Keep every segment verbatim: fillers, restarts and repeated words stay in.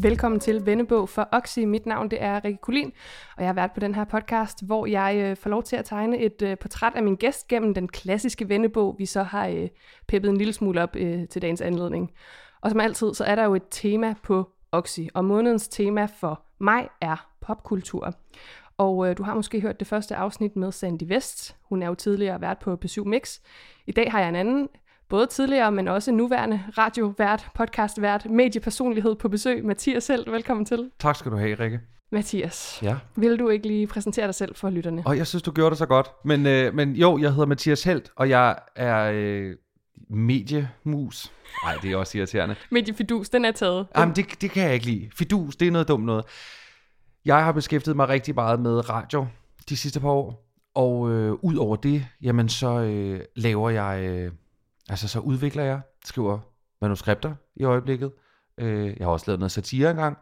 Velkommen til Vennebog for Oxy. Mit navn det er Rikke Kulin, og jeg har været på den her podcast, hvor jeg øh, får lov til at tegne et øh, portræt af min gæst gennem den klassiske vennebog, vi så har øh, peppet en lille smule op øh, til dagens anledning. Og som altid, så er der jo et tema på Oxy, og månedens tema for mig er popkultur. Og øh, du har måske hørt det første afsnit med Sandy West. Hun er jo tidligere vært på P syv Mix. I dag har jeg en anden, både tidligere, men også nuværende radiovært, podcastvært, mediepersonlighed på besøg. Mathias selv, velkommen til. Tak skal du have, Rikke. Mathias, ja. Vil du ikke lige præsentere dig selv for lytterne? Og jeg synes, du gjorde det så godt. Men, øh, men jo, jeg hedder Mathias Helt, og jeg er øh, mediemus. Nej, det er også irriterende. Mediefidus, den er taget. Jamen, det, det kan jeg ikke lide. Fidus, det er noget dumt noget. Jeg har beskæftiget mig rigtig meget med radio de sidste par år. Og øh, ud over det, jamen så øh, laver jeg... Øh, Altså, så udvikler jeg, skriver manuskripter i øjeblikket. Øh, jeg har også lavet noget satire engang.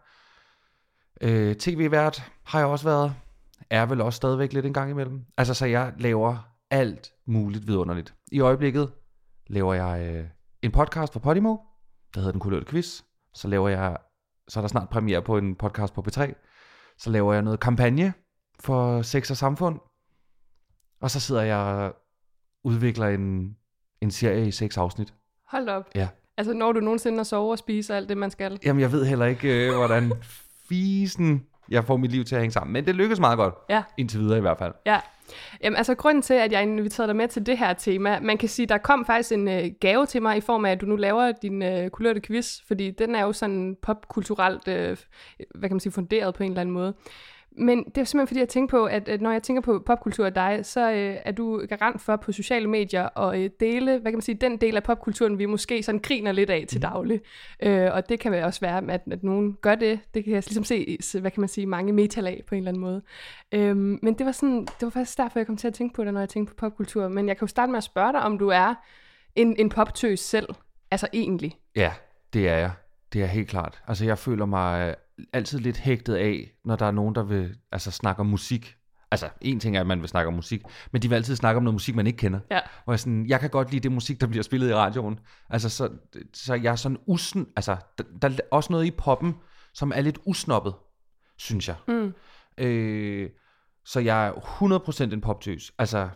Øh, T V-vært har jeg også været. Er vel også stadigvæk lidt en gang imellem. Altså, så jeg laver alt muligt vidunderligt. I øjeblikket laver jeg øh, en podcast for Podimo, der hedder Den Kulørte Quiz. Så laver jeg, så er der snart premiere på en podcast på P tre. Så laver jeg noget kampagne for Sex og Samfund. Og så sidder jeg og udvikler en... En serie i seks afsnit. Hold op. Ja. Altså når du nogensinde at sove og spise alt det, man skal? Jamen jeg ved heller ikke, øh, hvordan fisen jeg får mit liv til at hænge sammen. Men det lykkes meget godt. Ja. Indtil videre i hvert fald. Ja. Jamen altså grunden til, at jeg inviterede dig med til det her tema, man kan sige, der kom faktisk en øh, gave til mig i form af, at du nu laver din øh, kulørte quiz, fordi den er jo sådan popkulturelt, øh, hvad kan man sige, funderet på en eller anden måde. Men det er simpelthen fordi, jeg tænker på, at, at når jeg tænker på popkultur og dig, så øh, er du garant for på sociale medier at øh, dele, hvad kan man sige, den del af popkulturen, vi måske sådan griner lidt af til daglig. Mm. Øh, og det kan også være, at, at nogen gør det. Det kan jeg ligesom se, hvad kan man sige, mange metalag på en eller anden måde. Øh, men det var sådan, det var faktisk derfor, jeg kom til at tænke på det, når jeg tænkte på popkultur. Men jeg kan jo starte med at spørge dig, om du er en, en poptøs selv, altså egentlig. Ja, det er jeg. Det er helt klart. Altså jeg føler mig altid lidt hægtet af, når der er nogen, der vil altså, snakke om musik. Altså, en ting er, at man vil snakke om musik, men de vil altid snakke om noget musik, man ikke kender. Ja. Hvor jeg, sådan, jeg kan godt lide det musik, der bliver spillet i radioen. Altså, så, så jeg er sådan usn... Altså, der, der er også noget i poppen, som er lidt usnoppet, synes jeg. Mm. Øh, så jeg er hundrede procent en poptøs. Altså,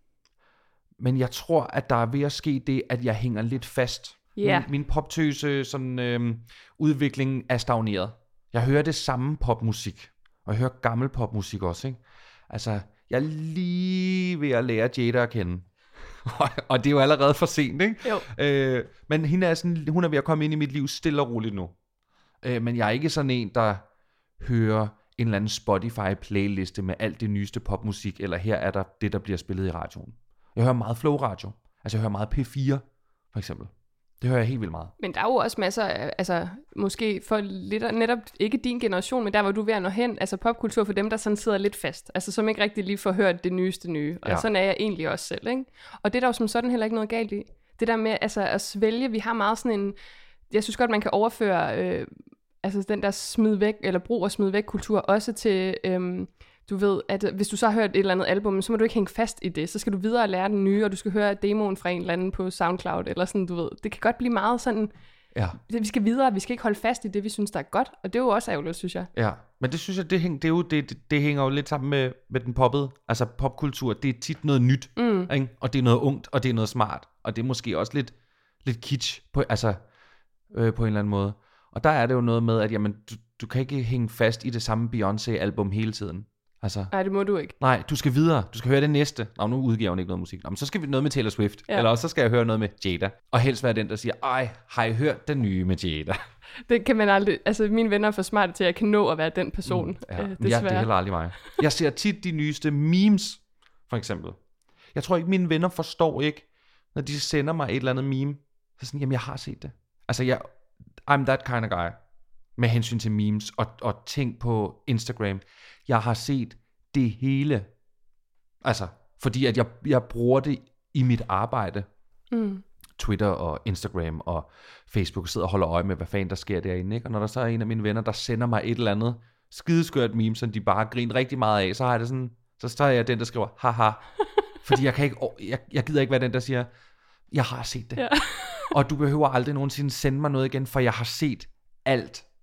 men jeg tror, at der er ved at ske det, at jeg hænger lidt fast. Yeah. Min, min poptøse sådan, øh, udvikling er stagneret. Jeg hører det samme popmusik, og jeg hører gammel popmusik også, ikke? Altså, jeg er lige ved at lære Jada at kende. Og det er jo allerede for sent, ikke? Jo. Øh, men hende er sådan, hun er ved at komme ind i mit liv stille og roligt nu. Øh, men jeg er ikke sådan en, der hører en eller anden Spotify-playliste med alt det nyeste popmusik, eller her er der det, der bliver spillet i radioen. Jeg hører meget Flow Radio. Altså, jeg hører meget P fire, for eksempel. Det hører jeg helt vildt meget. Men der er jo også masser af, altså måske for lidt, netop ikke din generation, men der hvor du er ved at nå hen, altså popkultur for dem, der sådan sidder lidt fast, altså som ikke rigtig lige får hørt det nyeste nye, og ja. Sådan er jeg egentlig også selv, ikke? Og det er der jo som sådan heller ikke noget galt i. Det der med altså at svælge, vi har meget sådan en, jeg synes godt, man kan overføre, øh, altså den der smid væk, eller brug og smid væk kultur, også til, øh, du ved, at hvis du så har hørt et eller andet album, så må du ikke hænge fast i det. Så skal du videre og lære den nye, og du skal høre demoen fra en eller anden på SoundCloud, eller sådan, du ved. Det kan godt blive meget sådan, ja. Vi skal videre, vi skal ikke holde fast i det, vi synes, der er godt. Og det er jo også ærgerligt, synes jeg. Ja, men det synes jeg, det, hæng, det, er jo, det, det, det hænger jo lidt sammen med, med den poppede. Altså popkultur, det er tit noget nyt, mm. ikke? Og det er noget ungt, og det er noget smart. Og det er måske også lidt, lidt kitsch, på, altså øh, på en eller anden måde. Og der er det jo noget med, at jamen, du, du kan ikke hænge fast i det samme Beyoncé-album hele tiden. Altså, nej, det må du ikke. Nej, du skal videre. Du skal høre det næste. Nå, nu udgiver hun ikke noget musik. Nå, men så skal vi noget med Taylor Swift. Ja. Eller også så skal jeg høre noget med Jada. Og helst være den, der siger, ej, har I hørt den nye med Jada? Det kan man aldrig. Altså, mine venner er for smarte til, at jeg kan nå at være den person. Mm, ja. Øh, ja, det er heller aldrig mig. Jeg ser tit de nyeste memes, for eksempel. Jeg tror ikke, mine venner forstår ikke, når de sender mig et eller andet meme. Så sådan, jamen, jeg har set det. Altså, jeg, I'm that kind of guy. Med hensyn til memes og, og ting på Instagram. Jeg har set det hele. Altså, fordi at jeg, jeg bruger det i mit arbejde. Mm. Twitter og Instagram og Facebook sidder og holder øje med, hvad fanden der sker derinde, ikke? Og når der så er en af mine venner, der sender mig et eller andet skideskørt meme, som de bare griner rigtig meget af, så har jeg det sådan, så står jeg den, der skriver, haha. Fordi jeg kan ikke, jeg, jeg gider ikke være den, der siger, jeg har set det. Ja. Og du behøver aldrig nogensinde sende mig noget igen, for jeg har set alt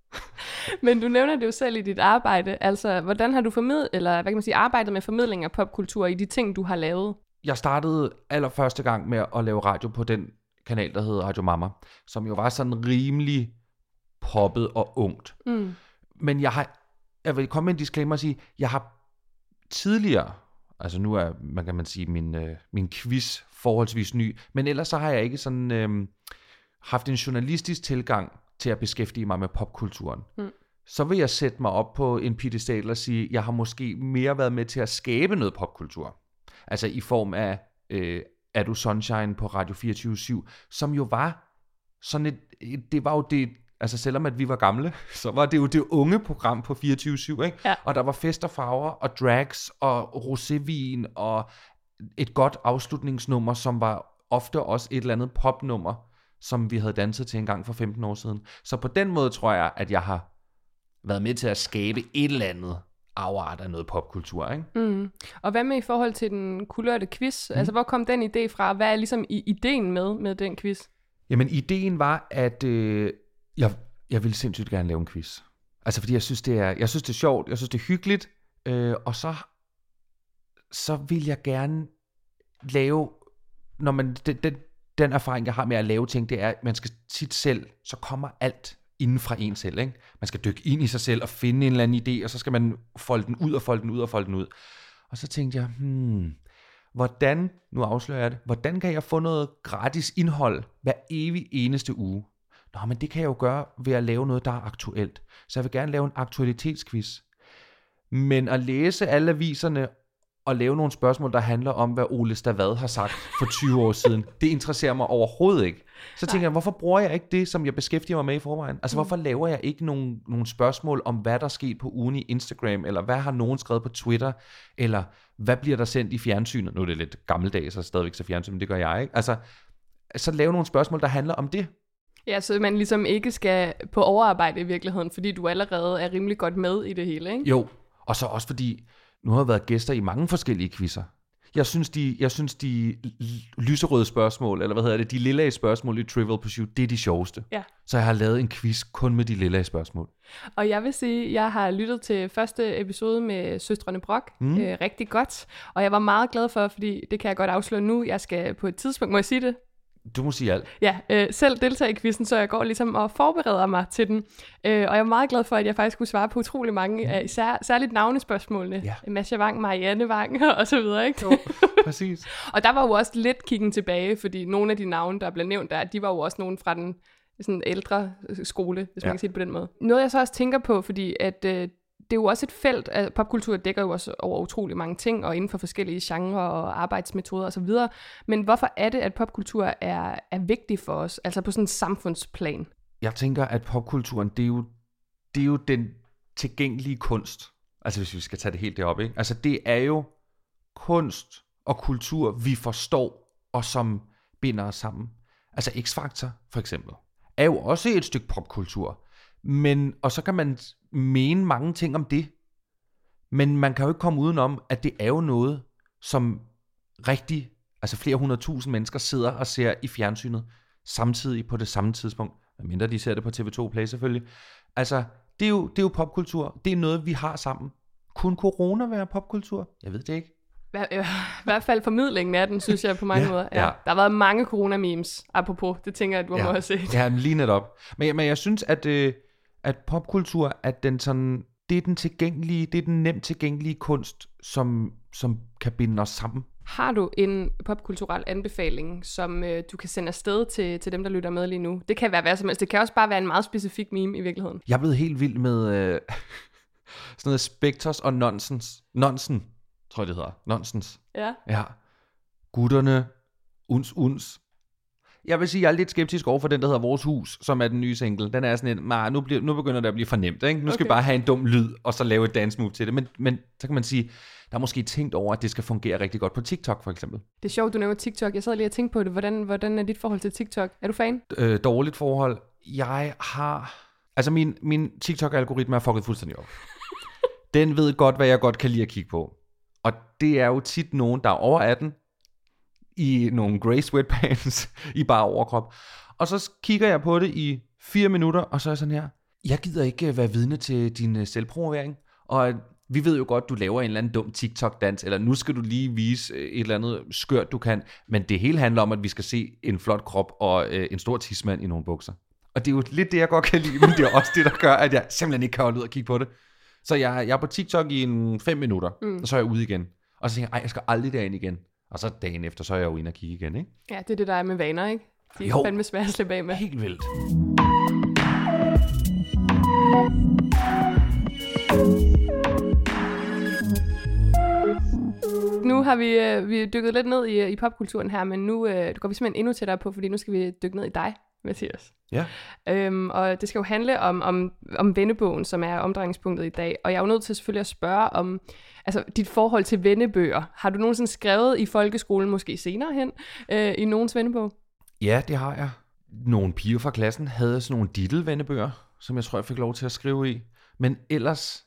Men du nævner det jo selv i dit arbejde. Altså, hvordan har du formidlet, eller hvad kan man sige, arbejdet med formidling af popkultur i de ting, du har lavet? Jeg startede allerførste gang med at lave radio på den kanal, der hedder Radio Mama, som jo var sådan rimelig poppet og ungt. Mm. Men jeg har, jeg vil komme med en disclaimer og sige, jeg har tidligere, altså nu er, man kan man sige, min, øh, min quiz forholdsvis ny, men ellers så har jeg ikke sådan øh, haft en journalistisk tilgang til at beskæftige mig med popkulturen. Mm. Så vil jeg sætte mig op på en piedestal og sige, jeg har måske mere været med til at skabe noget popkultur. Altså i form af øh, Er du Sunshine på Radio fireogtyve syv, som jo var sådan et, et det var jo det, altså selvom at vi var gamle, så var det jo det unge program på fireogtyve syv, ikke? Ja. Og der var fest og farver og drags og rosévin og et godt afslutningsnummer, som var ofte også et eller andet popnummer, som vi havde danset til en gang for femten år siden. Så på den måde tror jeg, at jeg har været med til at skabe et eller andet afart af noget popkultur, ikke? Mm. Og hvad med i forhold til den kulørte quiz? Mm. Altså, hvor kom den idé fra? Hvad er ligesom ideen med, med den quiz? Jamen, ideen var, at øh, jeg, jeg ville sindssygt gerne lave en quiz. Altså, fordi jeg synes, det er, jeg synes, det er sjovt, jeg synes, det er hyggeligt, øh, og så, så vil jeg gerne lave, når man, den, den, den erfaring, jeg har med at lave ting, det er, at man skal tit selv, så kommer alt inden fra en selv, ikke? Man skal dykke ind i sig selv og finde en eller anden idé, og så skal man folde den ud og folde den ud og folde den ud. Og så tænkte jeg, hmm, hvordan, nu afslører jeg det, hvordan kan jeg få noget gratis indhold hver evig eneste uge? Nå, men det kan jeg jo gøre ved at lave noget, der er aktuelt. Så jeg vil gerne lave en aktualitetsquiz. Men at læse alle aviserne og lave nogle spørgsmål, der handler om, hvad Ole Stavad har sagt for tyve år siden, det interesserer mig overhovedet ikke. Så tænker jeg, hvorfor bruger jeg ikke det, som jeg beskæftiger mig med i forvejen? Altså, hvorfor laver jeg ikke nogle, nogle spørgsmål om, hvad der er sket på ugen i Instagram, eller hvad har nogen skrevet på Twitter, eller hvad bliver der sendt i fjernsynet? Nu er det lidt gammeldags, så stadigvæk så fjernsyn, men det gør jeg ikke. Altså, så lave nogle spørgsmål, der handler om det. Ja, så man ligesom ikke skal på overarbejde i virkeligheden, fordi du allerede er rimelig godt med i det hele, ikke? Jo, og så også fordi, nu har jeg været gæster i mange forskellige quizzer. Jeg synes, de, jeg synes, de lyserøde spørgsmål, eller hvad hedder det, de lilla spørgsmål i Trivial Pursuit, det er de sjoveste. Ja. Så jeg har lavet en quiz kun med de lilla spørgsmål. Og jeg vil sige, jeg har lyttet til første episode med Søstrene Brock mm. øh, rigtig godt, og jeg var meget glad for, fordi det kan jeg godt afsløre nu, jeg skal på et tidspunkt, må jeg sige det? Du må sige alt. Ja, øh, selv deltage i quizzen, så jeg går ligesom og forbereder mig til den. Øh, og jeg er meget glad for, at jeg faktisk kunne svare på utrolig mange, af især, særligt navnespørgsmålene. Ja. Masha Wang, Marianne Wang og så videre, ikke? Jo, præcis. Og der var jo også lidt kiggen tilbage, fordi nogle af de navne, der blev nævnt der, de var jo også nogle fra den sådan ældre skole, hvis man ja. kan sige det på den måde. Noget jeg så også tænker på, fordi at øh, det er jo også et felt, at popkultur dækker jo også over utrolig mange ting, og inden for forskellige genrer og arbejdsmetoder osv. Men hvorfor er det, at popkultur er, er vigtig for os, altså på sådan en samfundsplan? Jeg tænker, at popkulturen, det er jo, det er jo den tilgængelige kunst. Altså hvis vi skal tage det helt derop, ikke? Altså det er jo kunst og kultur, vi forstår, og som binder os sammen. Altså X-Factor, for eksempel, er jo også et stykke popkultur. Men, og så kan man mene mange ting om det, men man kan jo ikke komme udenom, at det er jo noget, som rigtig, altså flere hundrede tusind mennesker sidder og ser i fjernsynet, samtidig på det samme tidspunkt, medmindre de ser det på T V to Play selvfølgelig. Altså, det er jo, det er jo popkultur, det er noget, vi har sammen. Kunne corona være popkultur? Jeg ved det ikke. I hvert fald formidlingen af den, synes jeg på mange ja, måder. Ja. Ja. Der har været mange corona-memes, apropos. Det tænker jeg, at du ja. må have set. Ja, lige netop. Men, men jeg synes, at, øh, at popkultur, at den sådan, det er den tilgængelige, det er den nemt tilgængelige kunst, som, som kan binde os sammen. Har du en popkulturel anbefaling, som øh, du kan sende afsted til, til dem, der lytter med lige nu? Det kan være hvad som helst. Det kan også bare være en meget specifik meme i virkeligheden. Jeg er blevet helt vild med øh, sådan noget Spectres og Nonsens. Nonsen. Tror jeg, det hedder. Nonsens. Ja. Ja. Gutterne. Uns, uns. Jeg vil sige, jeg er lidt skeptisk over for den, der hedder Vores Hus, som er den nye single. Den er sådan en, nah, nu, bliver, nu begynder det at blive for nemt, ikke? Nu skal okay. vi bare have en dum lyd, og så lave et dance move til det. Men, men så kan man sige, der er måske tænkt over, at det skal fungere rigtig godt på TikTok, for eksempel. Det er sjovt, du nævner TikTok. Jeg sad lige og tænkte på det. Hvordan, hvordan er dit forhold til TikTok? Er du fan? Øh, dårligt forhold. Jeg har... Altså, min, min TikTok-algoritme er fucket fuldstændig op. Den ved godt, hvad jeg godt kan lide at kigge på. Og det er jo tit nogen, der er over atten, i nogle grey sweatpants, i bare overkrop. Og så kigger jeg på det i fire minutter, og så er jeg sådan her, Jeg gider ikke være vidne til din selvpromovering, og vi ved jo godt, du laver en eller anden dum TikTok-dans, eller nu skal du lige vise et eller andet skørt, du kan, men det hele handler om, at vi skal se en flot krop og øh, en stor tidsmand i nogle bukser. Og det er jo lidt det, jeg godt kan lide, men det er også det, der gør, at jeg simpelthen ikke kan holde ud og kigge på det. Så jeg, jeg er på TikTok i en fem minutter, mm. og så er jeg ude igen. Og så tænker jeg, ej, jeg skal aldrig derind igen. Og så dagen efter, så er jeg jo inde og kigge igen, ikke? Ja, det er det, der er med vaner, ikke? De er fandme svært at slippe af med. Helt vildt. Nu har vi, øh, vi dykket lidt ned i, i popkulturen her, men nu øh, går vi simpelthen endnu tættere på, fordi nu skal vi dykke ned i dig, Mathias. Ja. Øhm, og det skal jo handle om, om, om vennebogen, som er omdrejningspunktet i dag. Og jeg er jo nødt til selvfølgelig at spørge om altså, dit forhold til vennebøger. Har du nogensinde skrevet i folkeskolen, måske senere hen, øh, i nogens vennebog? Ja, det har jeg. Nogle piger fra klassen havde sådan nogle Diddle-vennebøger, som jeg tror, jeg fik lov til at skrive i. Men ellers,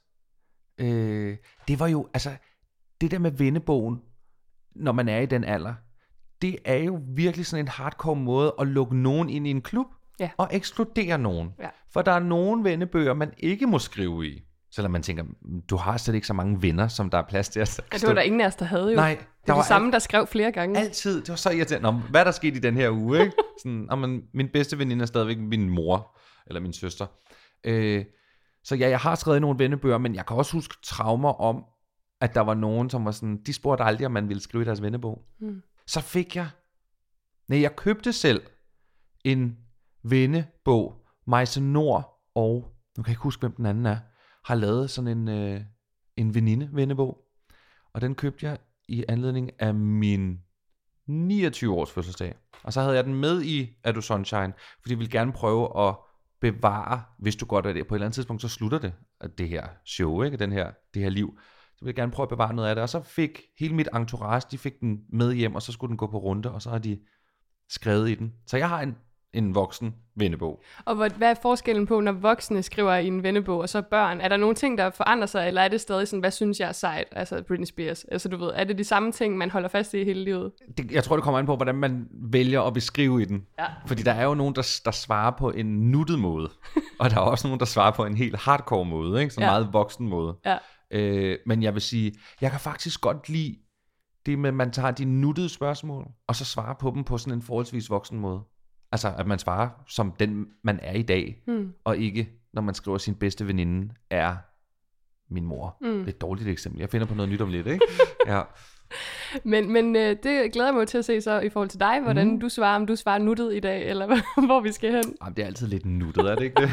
øh, det var jo, altså, det der med vennebogen, når man er i den alder, det er jo virkelig sådan en hardcore måde at lukke nogen ind i en klub, ja. Og ekskludere nogen. Ja. For der er nogle vennebøger, man ikke må skrive i. Selvom man tænker, du har slet ikke så mange venner, som der er plads til at ja, det var der ingen af os, der havde jo. Nej, det var det samme, alt... der skrev flere gange. Altid. Det var så irriterende. Nå, hvad er der sket i den her uge? Ikke? Sådan, men, min bedste veninde er stadigvæk min mor, eller min søster. Øh, så ja, jeg har skrevet i nogle vennebøger, men jeg kan også huske traumer om, at der var nogen, som var sådan, de spurgte aldrig, om man ville skrive i deres vennebog. Hmm. Så fik jeg, nej, jeg købte selv en vennebog, Majse Nord, og nu kan jeg ikke huske, hvem den anden er, har lavet sådan en, øh, en veninde-vennebog. Og den købte jeg i anledning af min niogtyve års fødselsdag. Og så havde jeg den med i Er du Sunshine, fordi jeg ville gerne prøve at bevare, hvis du godt er det, på et eller andet tidspunkt, så slutter det, det her show, ikke? Den her, det her liv. Så ville jeg gerne prøve at bevare noget af det. Og så fik hele mit entourage, de fik den med hjem, og så skulle den gå på runde, og så har de skrevet i den. Så jeg har en, en voksen vennebog. Og hvad er forskellen på, når voksne skriver i en vennebog, og så børn? Er der nogle ting, der forandrer sig, eller er det stadig sådan, hvad synes jeg er sejt? Altså Britney Spears. Altså du ved, er det de samme ting, man holder fast i hele livet? Det, jeg tror, det kommer an på, hvordan man vælger at beskrive i den. Ja. Fordi der er jo nogen, der, der svarer på en nuttet måde. Og der er også nogen, der svarer på en helt hardcore måde, ikke? Så ja. Meget voksen måde. Ja. Øh, men jeg vil sige, jeg kan faktisk godt lide det med, at man tager de nuttede spørgsmål, og så svarer på dem på sådan en forholdsvis voksen måde. Altså, at man svarer som den, man er i dag, hmm. og ikke, når man skriver sin bedste veninde, er min mor. Hmm. Det er et dårligt eksempel. Jeg finder på noget nyt om lidt, ikke? Ja. Men, men øh, det glæder jeg mig til at se så i forhold til dig, hvordan mm. du svarer, om du svarer nuttet i dag, eller hvor vi skal hen. Jamen, det er altid lidt nuttet, er det ikke det?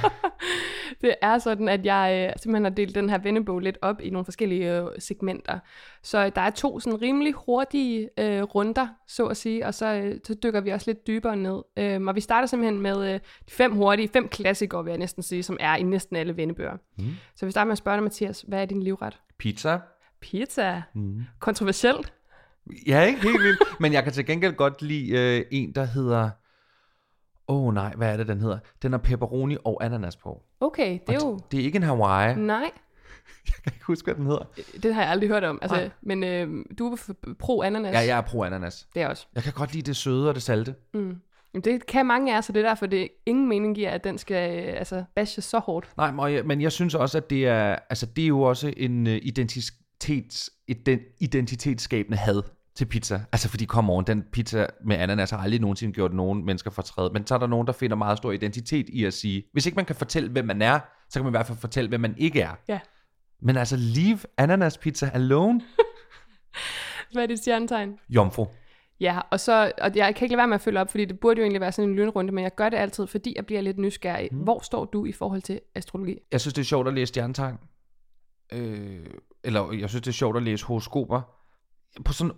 Det er sådan, at jeg øh, simpelthen har delt den her vennebog lidt op i nogle forskellige øh, segmenter. Så der er to sådan rimelig hurtige øh, runder, så at sige, og så, øh, så dykker vi også lidt dybere ned. Øh, og vi starter simpelthen med øh, de fem hurtige, fem klassikere, vil jeg næsten sige, som er i næsten alle vennebøger. Mm. Så vi starter med at spørge dig, Mathias, hvad er din livret? Pizza. Pizza. Mm. Kontroversielt. Ja, ikke helt vildt. Men jeg kan til gengæld godt lide øh, en, der hedder... Åh oh, nej, hvad er det, den hedder? Den har pepperoni og ananas på. Okay, det er jo... Det er ikke en Hawaii. Nej. Jeg kan ikke huske, hvad den hedder. Det har jeg aldrig hørt om. Altså, men øh, du er pro-ananas. Ja, jeg er pro-ananas. Det er også. Jeg kan godt lide det søde og det salte. Mm. Det kan mange af os, så det er derfor, det ingen mening giver, at den skal øh, altså, bashe så hårdt. Nej, men jeg synes også, at det er, altså, det er jo også en uh, identitets, identitetsskabende had til pizza. Altså fordi, come on, den pizza med ananas har aldrig nogensinde gjort nogen mennesker fortræd. Men så er der nogen, der finder meget stor identitet i at sige, hvis ikke man kan fortælle, hvem man er, så kan man i hvert fald fortælle, hvem man ikke er. Ja. Men altså, leave ananas pizza alone. Hvad er dit stjernetegn? Jomfru. Ja, og så, og jeg kan ikke lade være med at følge op, fordi det burde jo egentlig være sådan en lynrunde, men jeg gør det altid, fordi jeg bliver lidt nysgerrig. Hmm. Hvor står du i forhold til astrologi? Jeg synes, det er sjovt at læse stjernetegn. Øh, eller jeg synes, det er sjovt at læse horoskoper. På sådan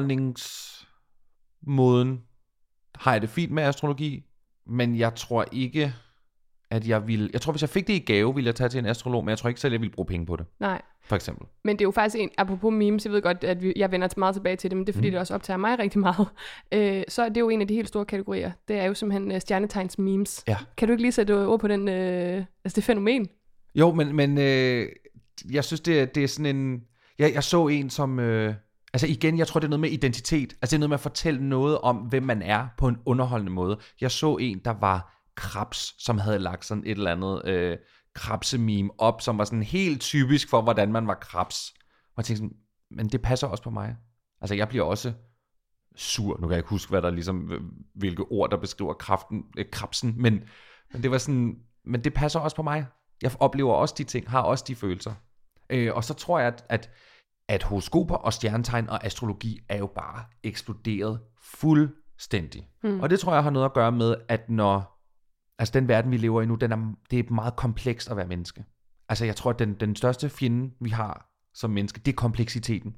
underholdningsmåden har jeg det fint med astrologi, men jeg tror ikke, at jeg vil... Jeg tror, hvis jeg fik det i gave, ville jeg tage til en astrolog, men jeg tror ikke selv, jeg ville bruge penge på det. Nej. For eksempel. Men det er jo faktisk en... Apropos memes, jeg ved godt, at vi, jeg vender meget tilbage til det, men det er fordi, mm. det også optager mig rigtig meget. Øh, så det er jo en af de helt store kategorier. Det er jo simpelthen uh, stjernetegns memes. Ja. Kan du ikke lige sætte ord på den, øh, altså det fænomen? Jo, men, men øh, jeg synes, det er, det er sådan en... Jeg, jeg så en, som... Øh, altså igen, jeg tror, det er noget med identitet. Altså det er noget med at fortælle noget om, hvem man er på en underholdende måde. Jeg så en, der var Krebs, som havde lagt sådan et eller andet øh, krabsememe op, som var sådan helt typisk for, hvordan man var krabs. Og jeg tænkte sådan, men det passer også på mig. Altså, jeg bliver også sur. Nu kan jeg ikke huske, hvad der ligesom, hvilke ord, der beskriver kraften, øh, krabsen, men, men det var sådan, men det passer også på mig. Jeg oplever også de ting, har også de følelser. Øh, og så tror jeg, at, at, at horoskoper og stjernetegn og astrologi er jo bare eksploderet fuldstændig. Mm. Og det tror jeg har noget at gøre med, at når, altså den verden, vi lever i nu, den er, det er meget komplekst at være menneske. Altså jeg tror, at den, den største fjende, vi har som menneske, det er kompleksiteten.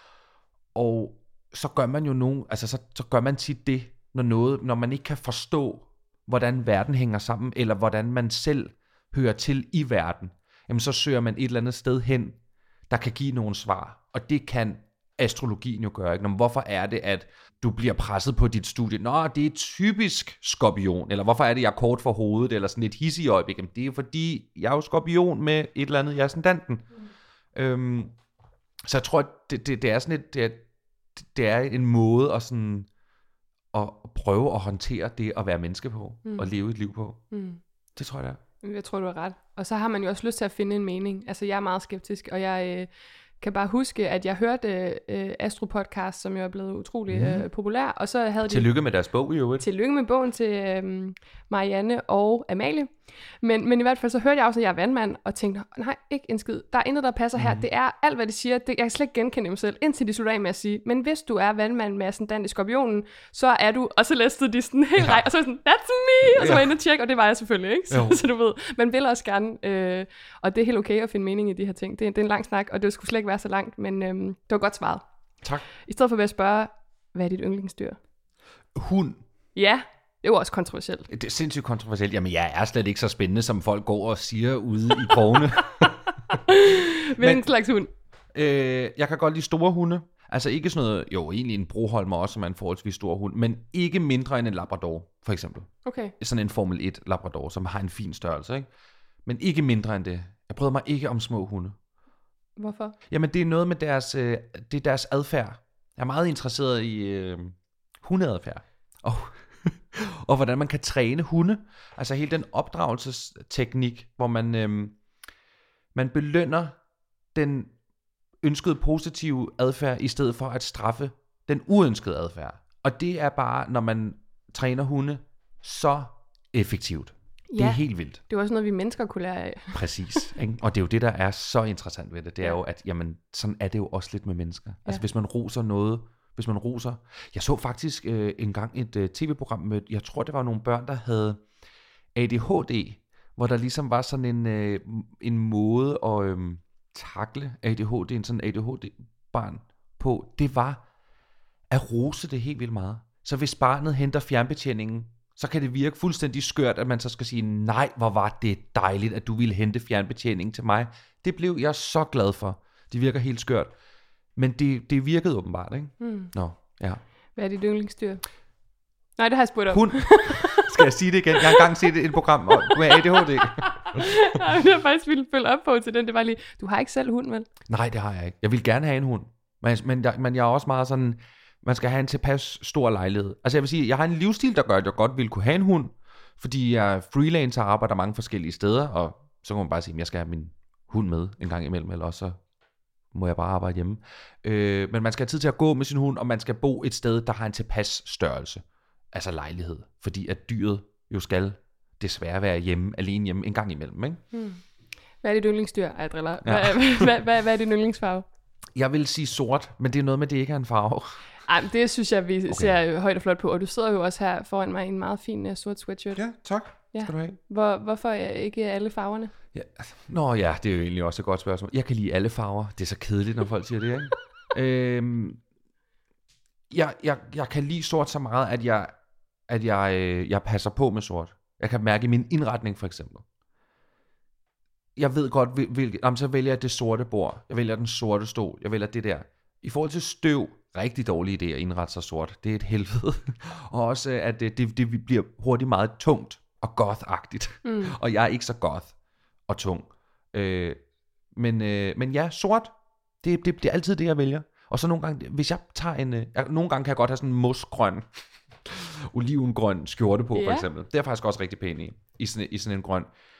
Og så gør man jo nogen, altså så, så gør man tit det, når noget, når man ikke kan forstå, hvordan verden hænger sammen, eller hvordan man selv hører til i verden, jamen så søger man et eller andet sted hen, der kan give nogle svar. Og det kan astrologien jo gøre. Ikke? Nå, hvorfor er det, at du bliver presset på dit studie? Nå, det er typisk skorpion. Eller hvorfor er det, jeg er kort for hovedet? Eller sådan et hissig i øjeblik? Jamen, det er fordi, jeg er jo skorpion med et eller andet i ascendanten. Mm. Øhm, så jeg tror, at det, det, det er sådan et, det er, det er en måde at, sådan, at prøve at håndtere det at være menneske på. Mm. Og leve et liv på. Mm. Det tror jeg, det er. Jeg tror, du har ret. Og så har man jo også lyst til at finde en mening. Altså, jeg er meget skeptisk, og jeg øh, kan bare huske, at jeg hørte øh, Astro-podcast, som jo er blevet utrolig øh, mm. populær, og så havde de... Tillykke med deres bog, i øvrigt. Tillykke med bogen til øh, Marianne og Amalie. Men, men i hvert fald så hørte jeg også, at jeg er vandmand, og tænkte, nej, ikke en skid. Der er intet, der passer mm. her. Det er alt, hvad de siger. Det, jeg kan slet ikke genkende mig selv, indtil de slutter af med at sige, men hvis du er vandmand med ascendant i skorpionen, så er du... Og så læste de sådan helt ja. rej, og så var sådan, that's me! Og så var jeg inde og tjekke, og det var jeg selvfølgelig, ikke? Så, så du ved, man vil også gerne, øh, og det er helt okay at finde mening i de her ting. Det, det er en lang snak, og det skulle slet ikke være så langt, men øh, det var godt svaret. Tak. I stedet for at spørge, hvad er dit yndlingsdyr? Hund. Ja. Det er jo også kontroversielt. Det er sindssygt kontroversielt. Jamen, jeg er slet ikke så spændende, som folk går og siger ude i krogene. Hvilken slags hund? Øh, jeg kan godt lide store hunde. Altså ikke sådan noget, jo egentlig en broholmer også, som er en forholdsvis stor hund, men ikke mindre end en labrador, for eksempel. Okay. Sådan en Formel et labrador, som har en fin størrelse, ikke? Men ikke mindre end det. Jeg bryder mig ikke om små hunde. Hvorfor? Jamen, det er noget med deres, øh, det er deres adfærd. Jeg er meget interesseret i øh, hundeadfærd. Og og hvordan man kan træne hunde. Altså hele den opdragelsesteknik, hvor man, øhm, man belønner den ønskede positive adfærd, i stedet for at straffe den uønskede adfærd. Og det er bare, når man træner hunde, så effektivt. Ja, det er helt vildt. Det er også noget, vi mennesker kunne lære af. Præcis. Ikke? Og det er jo det, der er så interessant ved det. Det er ja. jo, at jamen, sådan er det jo også lidt med mennesker. Ja. Altså hvis man roser noget, hvis man roser. Jeg så faktisk øh, engang et øh, tv-program med, jeg tror det var nogle børn, der havde A D H D, hvor der ligesom var sådan en, øh, en måde at øh, takle A D H D, en sådan A D H D-barn på. Det var at rose det helt vildt meget. Så hvis barnet henter fjernbetjeningen, så kan det virke fuldstændig skørt, at man så skal sige, nej, hvor var det dejligt, at du ville hente fjernbetjeningen til mig. Det blev jeg så glad for. Det virker helt skørt. Men det, det virkede åbenbart, ikke? Mm. Nå, ja. Hvad er dit yndlingsdyr? Nej, det har jeg spurgt om. Hund. Skal jeg sige det igen? Jeg har engang set et program med A D H D. Nej, det har faktisk ville følge op på til den. Det var lige, du har ikke selv hund, vel? Nej, det har jeg ikke. Jeg vil gerne have en hund. Men, men, jeg, men jeg er også meget sådan, man skal have en tilpas stor lejlighed. Altså jeg vil sige, jeg har en livsstil, der gør, at jeg godt ville kunne have en hund. Fordi jeg er freelancer og arbejder mange forskellige steder. Og så kan man bare sige, at jeg skal have min hund med en gang imellem, eller også så må jeg bare arbejde hjemme. Øh, men man skal have tid til at gå med sin hund, og man skal bo et sted, der har en tilpas størrelse. Altså lejlighed. Fordi at dyret jo skal desværre være hjemme, alene hjemme en gang imellem, ikke? Hmm. Hvad er dit yndlingsdyr? Ej, jeg driller. Ja. Hvad, hvad, hvad, hvad er din yndlingsfarve? Jeg vil sige sort, men det er noget med, det ikke er en farve. Ej, det synes jeg, vi okay. ser højt og flot på. Og du sidder jo også her foran mig i en meget fin uh, sort sweatshirt. Ja, tak. Ja. Skal du have. Hvor, hvorfor ikke alle farverne? Ja. Nå ja, det er jo egentlig også et godt spørgsmål. Jeg kan lide alle farver. Det er så kedeligt, når folk siger det, ikke? øhm, jeg, jeg, jeg kan lide sort så meget, at jeg, at jeg, øh, jeg passer på med sort. Jeg kan mærke i min indretning, for eksempel. Jeg ved godt, hvil, hvil, jamen, så vælger jeg det sorte bord. Jeg vælger den sorte stol. Jeg vælger det der. I forhold til støv, rigtig dårlig idé at indrette sig sort. Det er et helvede. Og også, at det, det, det bliver hurtigt meget tungt og goth-agtigt. Mm. Og jeg er ikke så goth og tung. Øh, men, øh, men ja, sort, det, det, det er altid det, jeg vælger. Og så nogle gange, hvis jeg tager en... Øh, nogle gange kan jeg godt have sådan en mosgrøn, olivengrøn skjorte på, yeah. for eksempel. Det er faktisk også rigtig pænt i, i sådan, i sådan en grøn.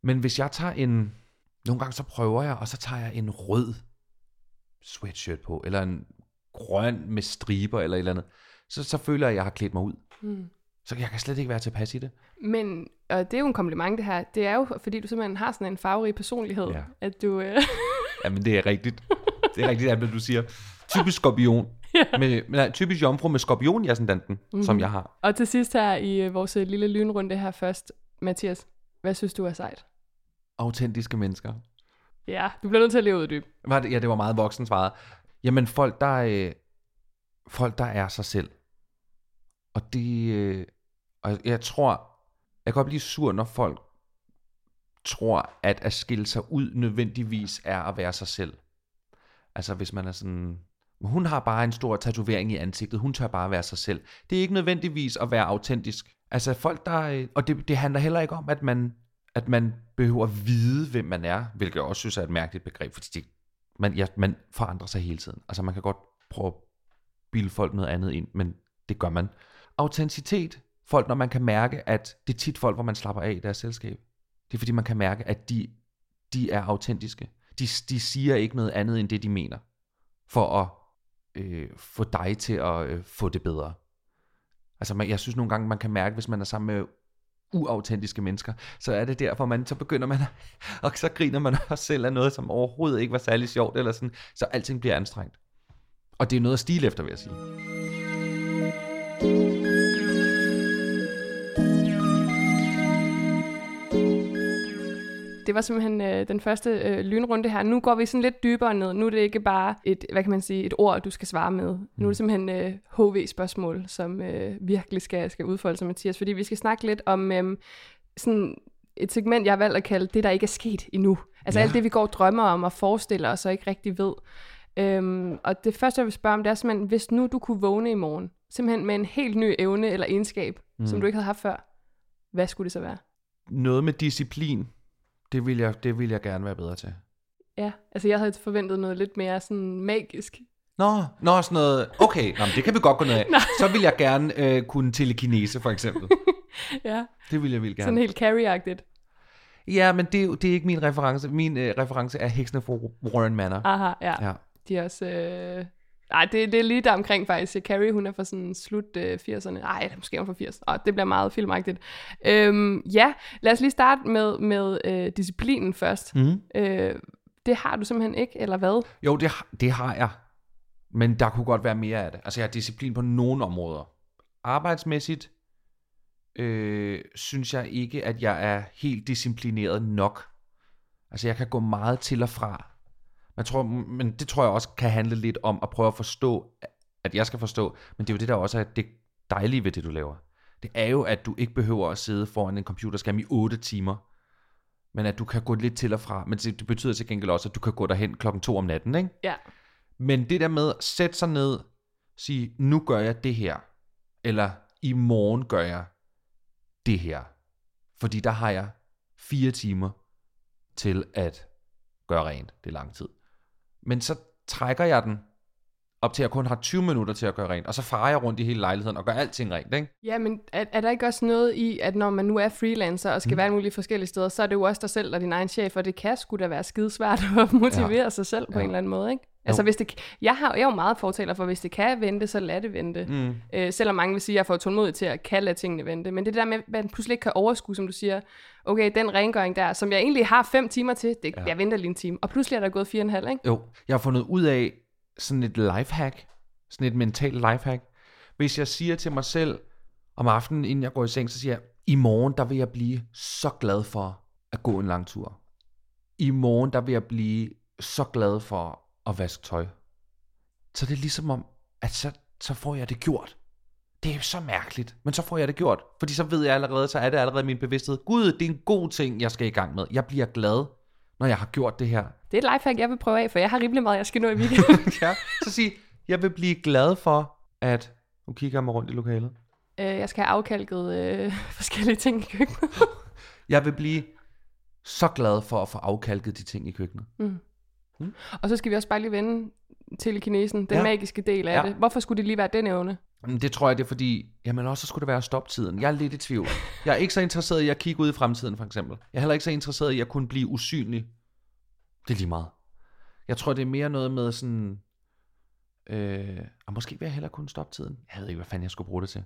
Men hvis jeg tager en, nogle gange så prøver jeg, og så tager jeg en rød sweatshirt på, eller en grøn med striber, eller et eller andet, så, så føler jeg, at jeg har klædt mig ud. Mm. Så jeg kan slet ikke være tilpas i det. Men, og det er jo en kompliment det her, det er jo, fordi du simpelthen har sådan en farverig personlighed, ja. At du... Øh... Jamen det er rigtigt. Det er rigtigt, at du siger, typisk skorpion. Ja. Med, nej, typisk jomfru med skorpionjassendanten, mm-hmm. som jeg har. Og til sidst her i vores lille lynrunde her først, Mathias, hvad synes du er sejt? Autentiske mennesker. Ja, du bliver nødt til at leve uddyb. Var det, ja, det var meget voksen svaret. Jamen folk, der øh, folk, der er sig selv. Og det, øh, og jeg tror, jeg kan godt blive sur, når folk tror, at at skille sig ud nødvendigvis er at være sig selv. Altså hvis man er sådan, hun har bare en stor tatovering i ansigtet, hun tør bare være sig selv. Det er ikke nødvendigvis at være autentisk. Altså folk, der, og det, det handler heller ikke om, at man, at man behøver at vide, hvem man er, hvilket jeg også synes er et mærkeligt begreb, fordi det, man, ja, man forandrer sig hele tiden. Altså man kan godt prøve at bilde folk noget andet ind, men det gør man. Autenticitet, folk, når man kan mærke, at det er tit folk, hvor man slapper af i deres selskab. Det er fordi, man kan mærke, at de, de er autentiske. De, de siger ikke noget andet, end det, de mener, for at øh, få dig til at øh, få det bedre. Altså, man, jeg synes nogle gange, man kan mærke, hvis man er sammen med uautentiske mennesker, så er det derfor, man så begynder man, og så griner man også selv af noget, som overhovedet ikke var særlig sjovt, eller sådan, så alting bliver anstrengt. Og det er noget at stile efter, vil jeg sige. Det var simpelthen øh, den første øh, lynrunde her. Nu går vi sådan lidt dybere ned. Nu er det ikke bare et, hvad kan man sige, et ord, du skal svare med. Nu er det simpelthen øh, H V-spørgsmål, som øh, virkelig skal, skal udfolde sig, Mathias. Fordi vi skal snakke lidt om øh, sådan et segment, jeg har valgt at kalde det, der ikke er sket endnu. Altså ja. Alt det, vi går og drømmer om og forestiller os og ikke rigtig ved. Øhm, og det første, jeg vil spørge om, det er simpelthen, hvis nu du kunne vågne i morgen, simpelthen med en helt ny evne eller egenskab, mm. som du ikke havde haft før, hvad skulle det så være? Noget med disciplin. Det vil jeg, det vil jeg gerne være bedre til. Ja, altså jeg havde forventet noget lidt mere sådan magisk. Nå, nå sådan noget, okay, nå, det kan vi godt gå ned af. Så vil jeg gerne øh, kunne telekinese, for eksempel. Ja. Det vil jeg vil gerne. Sådan helt Carrie-agtigt. Ja, men det, det er ikke min reference. Min øh, reference er Heksene fra Warren Manor. Aha, ja. ja. De er også... Øh... Nej, det, det er lige der omkring faktisk. Carrie, hun er fra sådan slut øh, firserne. Nej, måske hun fra firs. Åh, det bliver meget filmagtigt. Øhm, ja, lad os lige starte med, med øh, disciplinen først. Mm. Øh, det har du simpelthen ikke, eller hvad? Jo, det, det har jeg. Men der kunne godt være mere af det. Altså, jeg har disciplin på nogle områder. Arbejdsmæssigt øh, synes jeg ikke, at jeg er helt disciplineret nok. Altså, jeg kan gå meget til og fra. Men, tror, men det tror jeg også kan handle lidt om at prøve at forstå, at jeg skal forstå. Men det er jo det, der også er det dejlige ved det, du laver. Det er jo, at du ikke behøver at sidde foran en computerskærm i otte timer. Men at du kan gå lidt til og fra. Men det betyder til gengæld også, at du kan gå derhen klokken to om natten, ikke? Ja. Men det der med at sætte sig ned, sige, nu gør jeg det her. Eller i morgen gør jeg det her. Fordi der har jeg fire timer til at gøre rent. Det er lang tid. Men så trækker jeg den op til, at jeg kun har tyve minutter til at gøre rent, og så farer jeg rundt i hele lejligheden og gør alting rent, ikke? Ja, men er, er der ikke også noget i, at når man nu er freelancer og skal mm. være mulige forskellige steder, så er det jo også dig selv, der er din egen chef, og det kan sgu da være skidesvært at motivere ja. sig selv på ja. en eller anden måde, ikke? Altså, hvis det, jeg, har, jeg er jo meget fortaler for, hvis det kan vente, så lad det vente. Mm. Øh, selvom mange vil sige, at jeg får tålmodig til at kan lade tingene vente. Men det der med, at man pludselig ikke kan overskue, som du siger, okay, den rengøring der, som jeg egentlig har fem timer til, det, ja. jeg venter lige en time. Og pludselig er der gået fire og en halv, ikke? Jo, jeg har fundet ud af sådan et lifehack, sådan et mentalt lifehack. Hvis jeg siger til mig selv om aftenen, inden jeg går i seng, så siger jeg, i morgen, der vil jeg blive så glad for at gå en lang tur. I morgen, der vil jeg blive så glad for at vaske tøj. Så det er ligesom om, at så, så får jeg det gjort. Det er så mærkeligt, men så får jeg det gjort. Fordi så ved jeg allerede, så er det allerede min bevidsthed. Gud, det er en god ting, jeg skal i gang med. Jeg bliver glad, når jeg har gjort det her. Det er et lifehack, jeg vil prøve af, for jeg har rimelig meget, jeg skal nå i weekenden. Ja, så sig, jeg vil blive glad for, at... Nu kigger jeg mig rundt i lokalet. Øh, jeg skal have afkalket øh, forskellige ting i køkkenet. Jeg vil blive så glad for at få afkalket de ting i køkkenet. Mm. Mm. Og så skal vi også bare lige vende telekinesen, den ja. magiske del af ja. det. Hvorfor skulle det lige være den evne? Det tror jeg, det er fordi, jamen også så skulle det være stoptiden. Jeg er lidt i tvivl. Jeg er ikke så interesseret i at kigge ud i fremtiden, for eksempel. Jeg er heller ikke så interesseret i at kunne blive usynlig. Det er lige meget. Jeg tror, det er mere noget med sådan... Øh, og måske vil jeg hellere kunne stoppe tiden. Jeg ved ikke, hvad fanden jeg skulle bruge det til.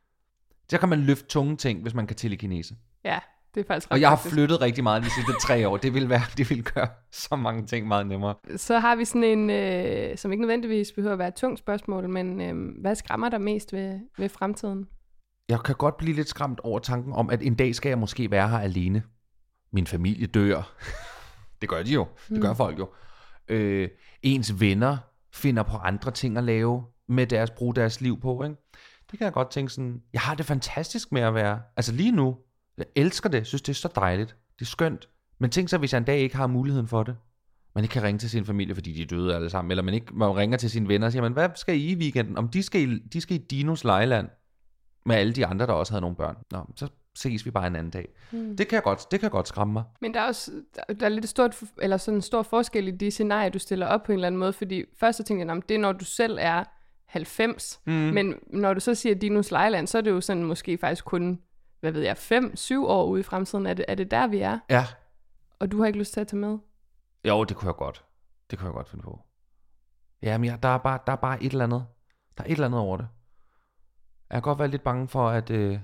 Så kan man løfte tunge ting, hvis man kan telekinese. Ja, det er faktisk ret Og jeg har praktisk. flyttet rigtig meget de sidste tre år. Det vil være, det vil gøre så mange ting meget nemmere. Så har vi sådan en, øh, som ikke nødvendigvis behøver at være et tungt spørgsmål, men øh, hvad skræmmer dig mest ved, ved fremtiden? Jeg kan godt blive lidt skræmt over tanken om, at en dag skal jeg måske være her alene. Min familie dør. Det gør de jo. Det gør folk jo. Øh, ens venner finder på andre ting at lave med deres, bruge deres liv på, ikke? Det kan jeg godt tænke sådan, jeg har det fantastisk med at være, altså lige nu, jeg elsker det, synes det er så dejligt, det er skønt, men tænk så, hvis jeg en dag ikke har muligheden for det, man ikke kan ringe til sin familie, fordi de er døde alle sammen, eller man ikke man ringer til sine venner og siger, man, hvad skal I i weekenden? Om de skal i, de skal i Dinos lejeland, med alle de andre, der også havde nogle børn. Nå, så ses vi bare en anden dag. Hmm. Det kan jeg godt, det kan godt skræmme mig. Men der er også der, der er lidt stort, eller sådan en stor forskel i de scenarier, du stiller op på en eller anden måde, fordi først så tænkte jeg, det er når du selv er halvfems, mm. men når du så siger Dinos Lejeland, så er det jo sådan måske faktisk kun, hvad ved jeg, fem, syv år ude i fremtiden. Er det, er det der, vi er? Ja. Og du har ikke lyst til at tage med? Jo, det kunne jeg godt. Det kunne jeg godt finde på. Ja, men ja, der, er bare, der er bare et eller andet. Der er et eller andet over det. Jeg kan godt være lidt bange for, at, øh,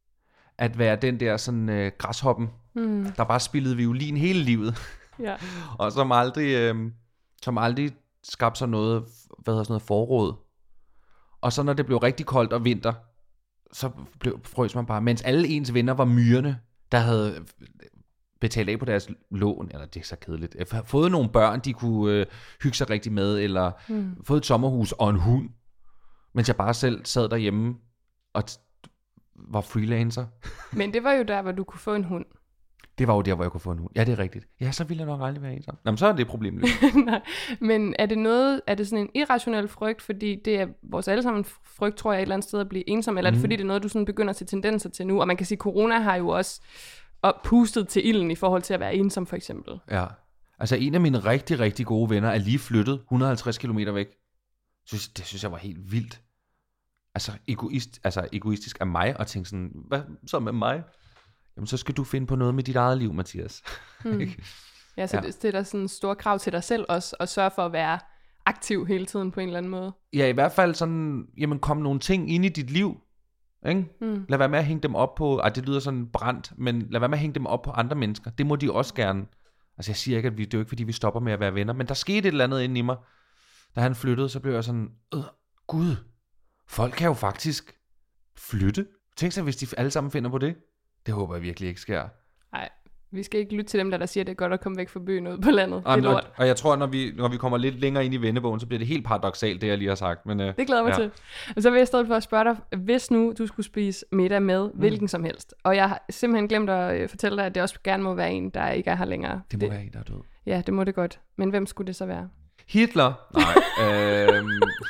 at være den der sådan øh, græshoppen, mm. der bare spillede violin hele livet. Ja. Og som aldrig, øh, som aldrig skabte sig noget, hvad hedder sådan noget, forråd. Og så når det blev rigtig koldt og vinter, så blev, frøs man bare. Mens alle ens venner var myrerne, der havde betalt af på deres lån, eller det er så kedeligt, fået nogle børn, de kunne øh, hygge sig rigtig med, eller mm. fået et sommerhus og en hund. Mens jeg bare selv sad derhjemme og t- var freelancer. Men det var jo der, hvor du kunne få en hund. Det var jo der, hvor jeg kunne få en hund. Ja, det er rigtigt. Ja, så ville jeg nok aldrig være ensom. Jamen, så er det problemet. Nej, men er det noget, er det sådan en irrationel frygt, fordi det er vores allesammen frygt, tror jeg, et eller andet sted at blive ensom, eller mm. er det fordi, det er noget, du sådan begynder at se tendenser til nu? Og man kan sige, at corona har jo også pustet til ilden i forhold til at være ensom, for eksempel. Ja, altså en af mine rigtig, rigtig gode venner er lige flyttet et hundrede og halvtreds kilometer væk. Synes, det synes jeg var helt vildt. Altså, egoist, altså egoistisk af mig at tænke sådan, hvad så med mig? Jamen, så skal du finde på noget med dit eget liv, Mathias. Hmm. Ja, så ja. Det, det er der sådan en stor krav til dig selv også, at sørge for at være aktiv hele tiden på en eller anden måde. Ja, i hvert fald sådan, jamen kom nogle ting ind i dit liv, ikke? Hmm. Lad være med at hænge dem op på, ej det lyder sådan brændt, men lad være med at hænge dem op på andre mennesker. Det må de også gerne. Altså jeg siger ikke, at vi, det er jo ikke fordi vi stopper med at være venner, men der skete et eller andet inde i mig. Da han flyttede, så blev jeg sådan, øh, gud, folk kan jo faktisk flytte. Tænk sig, hvis de alle sammen finder på det. Det håber jeg virkelig ikke sker. Nej, vi skal ikke lytte til dem, der, der siger, at det er godt at komme væk fra byen ud på landet. Og, det er lort. Og jeg tror, når vi, når vi kommer lidt længere ind i vennebogen, så bliver det helt paradoksalt, det jeg lige har sagt. Men, øh, det glæder mig ja. til. Og så vil jeg stå for at spørge dig, hvis nu du skulle spise middag med mm. hvilken som helst, og jeg har simpelthen glemt at fortælle dig, at det også gerne må være en, der ikke er her længere. Det må det, være en, der er død. Ja, det må det godt. Men hvem skulle det så være? Hitler? Nej. øh,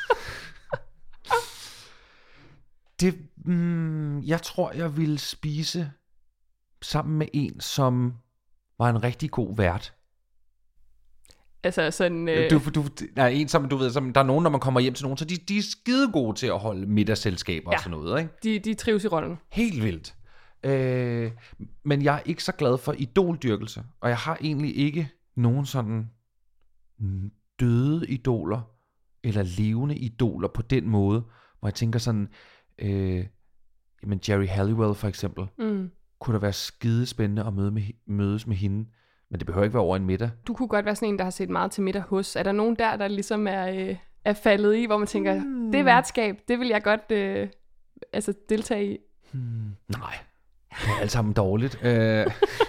det, mm, jeg tror, jeg ville spise sammen med en, som var en rigtig god vært. Altså sådan... Øh... Du, du, nej, en som, du ved, som, der er nogen, når man kommer hjem til nogen, så de, de er skide gode til at holde middagsselskaber ja, og sådan noget, ikke? De, de trives i rollen. Helt vildt. Øh, men jeg er ikke så glad for idoldyrkelse, og jeg har egentlig ikke nogen sådan døde idoler, eller levende idoler på den måde, hvor jeg tænker sådan, øh, jamen Jerry Halliwell for eksempel, mm. kunne da være skidespændende at møde med, mødes med hende, men det behøver ikke være over en middag. Du kunne godt være sådan en, der har set meget til middag hos. Er der nogen der, der ligesom er, øh, er faldet i, hvor man tænker, mm. det værtskab, det vil jeg godt øh, altså deltage i? Hmm. Nej, det er alt sammen dårligt. øh.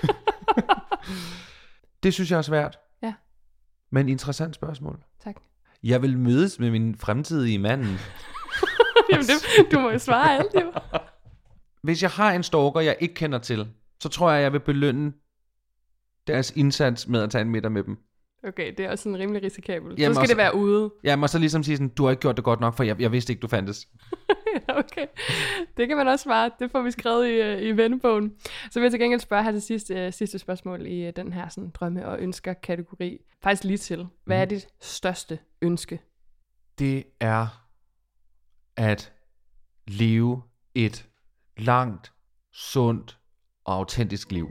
Det synes jeg er svært. Ja. Men interessant spørgsmål. Tak. Jeg vil mødes med min fremtidige mand. Jamen det, du må jo svare alt, jo. Hvis jeg har en stalker, jeg ikke kender til, så tror jeg, jeg vil belønne deres indsats med at tage en middag med dem. Okay, det er også sådan rimelig risikabelt. Så skal også, det være ude. Ja, men så ligesom sige sådan, du har ikke gjort det godt nok, for jeg, jeg vidste ikke, du fandtes. Okay, det kan man også svare. Det får vi skrevet i, i vennebogen. Så vil jeg til gengæld spørge her til sidste, sidste spørgsmål i den her sådan, drømme- og ønsker-kategori. Faktisk lige til. Hvad mm. er dit største ønske? Det er, at leve et langt, sundt og autentisk liv.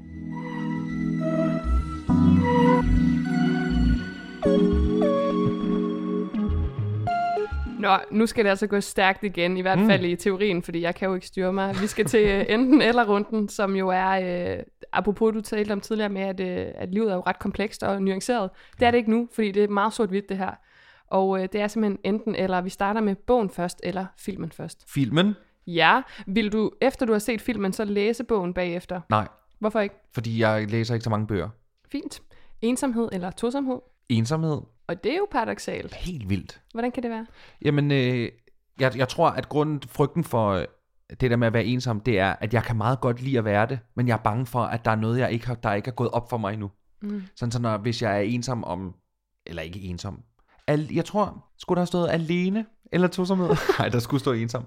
Nå, nu skal det altså gå stærkt igen, i hvert Mm. fald i teorien, fordi jeg kan jo ikke styre mig. Vi skal til øh, enten eller runden, som jo er, øh, apropos du talte om tidligere med, at, øh, at livet er jo ret komplekst og nuanceret. Det er det ikke nu, fordi det er meget sort-hvidt det her. Og øh, det er simpelthen enten eller. Vi starter med bogen først, eller filmen først. Filmen? Ja, vil du, efter du har set filmen, så læse bogen bagefter? Nej, Hvorfor ikke? fordi jeg læser ikke så mange bøger. Fint. Ensomhed eller tosomhed? Ensomhed? Og det er jo paradoksalt. Helt vildt. Hvordan kan det være? Jamen, øh, jeg, jeg tror, at grunden, frygten for øh, det der med at være ensom, det er, at jeg kan meget godt lide at være det, men jeg er bange for, at der er noget, jeg ikke har, der ikke er gået op for mig endnu. Mm. Sådan så, når, hvis jeg er ensom om, eller ikke ensom, al, jeg tror, skulle der have stået alene, eller tosomhed? Nej, der skulle stå ensom.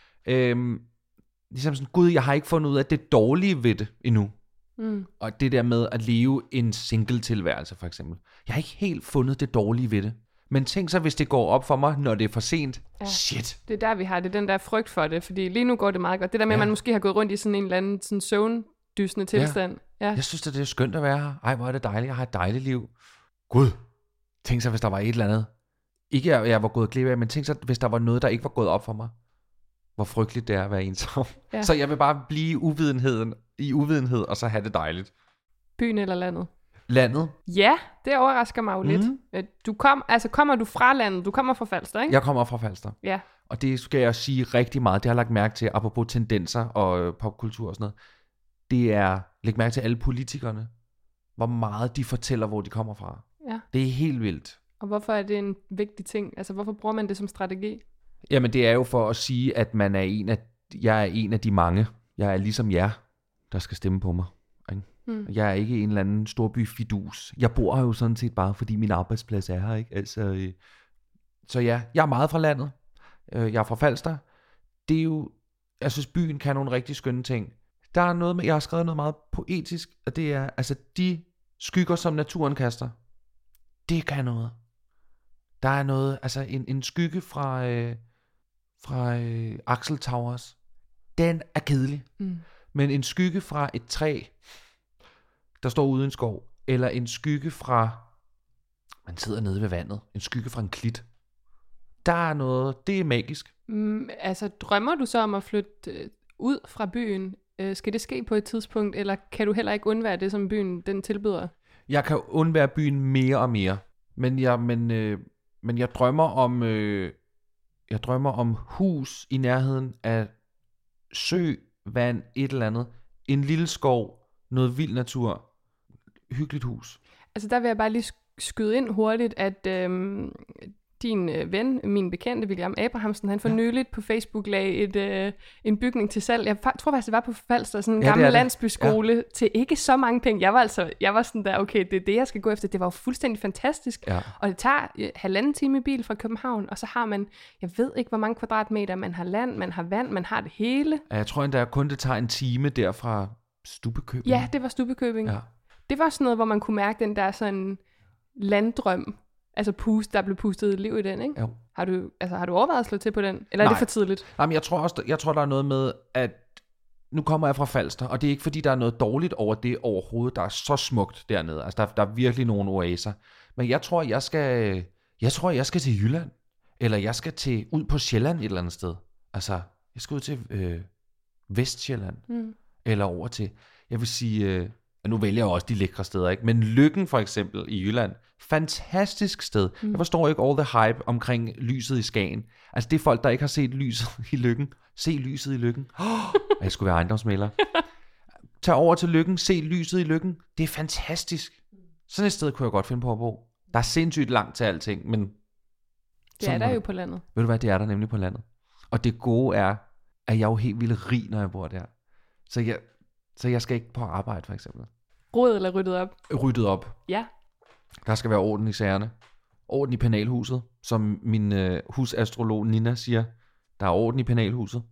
Øhm, ligesom sådan, gud, jeg har ikke fundet ud af det dårlige ved det endnu. Mm. Og det der med at leve en single tilværelse, for eksempel. Jeg har ikke helt fundet det dårlige ved det. Men tænk så, hvis det går op for mig, når det er for sent. Ja. Shit. Det er der, vi har det, den der frygt for det, fordi lige nu går det meget godt. Det der med, Ja. at man måske har gået rundt i sådan en eller anden sådan søvndysende tilstand. Ja. Jeg synes, at det er skønt at være her. Ej, hvor er det dejligt. Jeg har et dejligt liv. Gud. Tænk så, hvis der var et eller andet. Ikke at jeg var gået glip af, men tænk så, hvis der var noget, der ikke var gået op for mig. Hvor frygteligt det er at være ensom. Ja. Så jeg vil bare blive i uvidenheden, i uvidenhed, og så have det dejligt. Byen eller landet? Landet. Ja, det overrasker mig jo Mhm. lidt. Øh, Du kom, altså kommer du fra landet? Du kommer fra Falster, ikke? Jeg kommer fra Falster. Ja. Og det skal jeg sige rigtig meget. Det har jeg lagt mærke til, apropos tendenser og øh, popkultur og sådan noget. Det er, læg mærke til alle politikerne. Hvor meget de fortæller, hvor de kommer fra. Ja. Det er helt vildt. Og hvorfor er det en vigtig ting? Altså, hvorfor bruger man det som strategi? Jamen det er jo for at sige, at man er en af, jeg er en af de mange. Jeg er ligesom jer, der skal stemme på mig. Ikke? Hmm. Jeg er ikke en eller anden storby fidus. Jeg bor her jo sådan set bare, fordi min arbejdsplads er her. Ikke? Altså, øh, så ja, jeg er meget fra landet. Øh, jeg er fra Falster. Det er jo, jeg synes byen kan nogle rigtig skønne ting. Der er noget med, jeg har skrevet noget meget poetisk, og det er, altså de skygger, som naturen kaster, det kan noget. Der er noget, altså en, en skygge fra, øh, fra øh, Axel Towers, den er kedelig. Mm. Men en skygge fra et træ, der står ude i en skov, eller en skygge fra, man sidder nede ved vandet, en skygge fra en klit, der er noget, det er magisk. Mm, altså, drømmer du så om at flytte øh, ud fra byen? Øh, skal det ske på et tidspunkt, eller kan du heller ikke undvære det, som byen den tilbyder? Jeg kan undvære byen mere og mere, men jeg, men, øh, men jeg drømmer om, øh, jeg drømmer om hus i nærheden af sø, vand, et eller andet, en lille skov, noget vild natur, hyggeligt hus. Altså, der vil jeg bare lige sk- skyde ind hurtigt, at øhm, din øh, ven, min bekendte, William Abrahamsen, han for Ja. nyligt på Facebook lagde et, øh, en bygning til salg. Jeg fa- tror faktisk, det var på Falster, sådan en Ja, det gammel er det. landsbyskole, ja. Til ikke så mange penge. Jeg var altså, jeg var sådan der, okay, det er det, jeg skal gå efter. Det var jo fuldstændig fantastisk. Ja. Og det tager øh, halvanden time i bil fra København, og så har man, jeg ved ikke, hvor mange kvadratmeter, man har land, man har vand, man har det hele. Jeg tror endda kun det tager en time der fra Stubbekøbing. Ja, det var Stubbekøbing. Ja. Det var sådan noget, hvor man kunne mærke den der sådan landdrøm, altså pust, der blev pustet liv i den, ikke? Jo. Har du, altså, har du overvejet at slå til på den? Eller er Nej. det for tidligt? Jamen, jeg tror også, jeg tror, der er noget med, at nu kommer jeg fra Falster, og det er ikke fordi, der er noget dårligt over det overhovedet. Der er så smukt dernede. Altså, der, der er virkelig nogle oaser. Men jeg tror, jeg skal, jeg tror, jeg skal til Jylland. Eller jeg skal til, ud på Sjælland et eller andet sted. Altså, jeg skal ud til øh, Vestsjælland. Mm. Eller over til, jeg vil sige, øh, nu vælger jeg jo også de lækre steder, ikke? Men Løkken for eksempel i Jylland, fantastisk sted. Mm. Jeg forstår ikke all the hype omkring lyset i Skagen. Altså det er folk, der ikke har set lyset i Løkken. Se lyset i Løkken. Oh, jeg skulle være ejendomsmægler. Tag over til Løkken, se lyset i Løkken. Det er fantastisk. Sådan et sted kunne jeg godt finde på at bo. Der er sindssygt langt til alting, men... Det er der jo på landet. Ved du hvad, det er der nemlig på landet. Og det gode er, at jeg er jo helt vildt rig, når jeg bor der. Så jeg, så jeg skal ikke på arbejde, for eksempel. Råd eller ryddet op? Ryddet op. Ja. Der skal være orden i sagerne. Orden i penalhuset, som min øh, husastrolog Nina siger. Der er orden i penalhuset.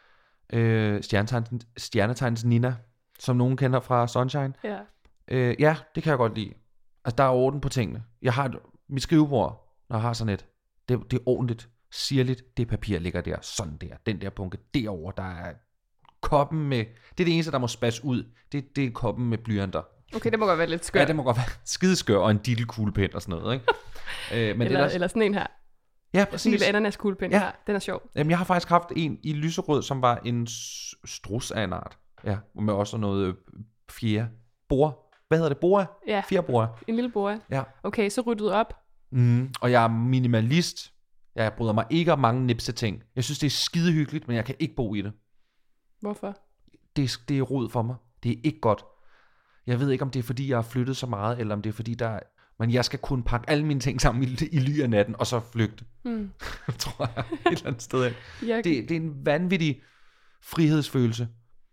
Øh, stjernetegns, stjernetegns Nina, som nogen kender fra Sunshine. Ja. Øh, ja, det kan jeg godt lide. Altså, der er orden på tingene. Jeg har et, mit skrivebord, når jeg har sådan et. Det, det er ordentligt. sirligt, det papir ligger der, sådan der, den der bunke derovre, der er koppen med, det er det eneste, der må spasse ud, det, det er koppen med blyanter. Okay, det må godt være lidt skørt. Ja, det må godt være skideskør og en diddelkuglepen og sådan noget, ikke? øh, men eller, ellers, eller sådan en her. Ja, præcis. En lille ananaskuglepen ja. her, den er sjov. Jamen, jeg har faktisk haft en i lyserød, som var en strus af en art. Ja, med også noget fjerde bor. Hvad hedder det? Boa? Ja. Fjerde boa. En lille boa. Ja. Okay, så ryddede op. Mm, og jeg er minimalist. Jeg bryder mig ikke om mange nipse ting. Jeg synes, det er skide hyggeligt, men jeg kan ikke bo i det. Hvorfor? Det er, det er rod for mig. Det er ikke godt. Jeg ved ikke, om det er, fordi jeg har flyttet så meget, eller om det er, fordi der er... Men jeg skal kunne pakke alle mine ting sammen i, i ly af natten, og så flygte. Hmm. tror jeg, et eller andet sted. Jeg... Det, det er en vanvittig frihedsfølelse.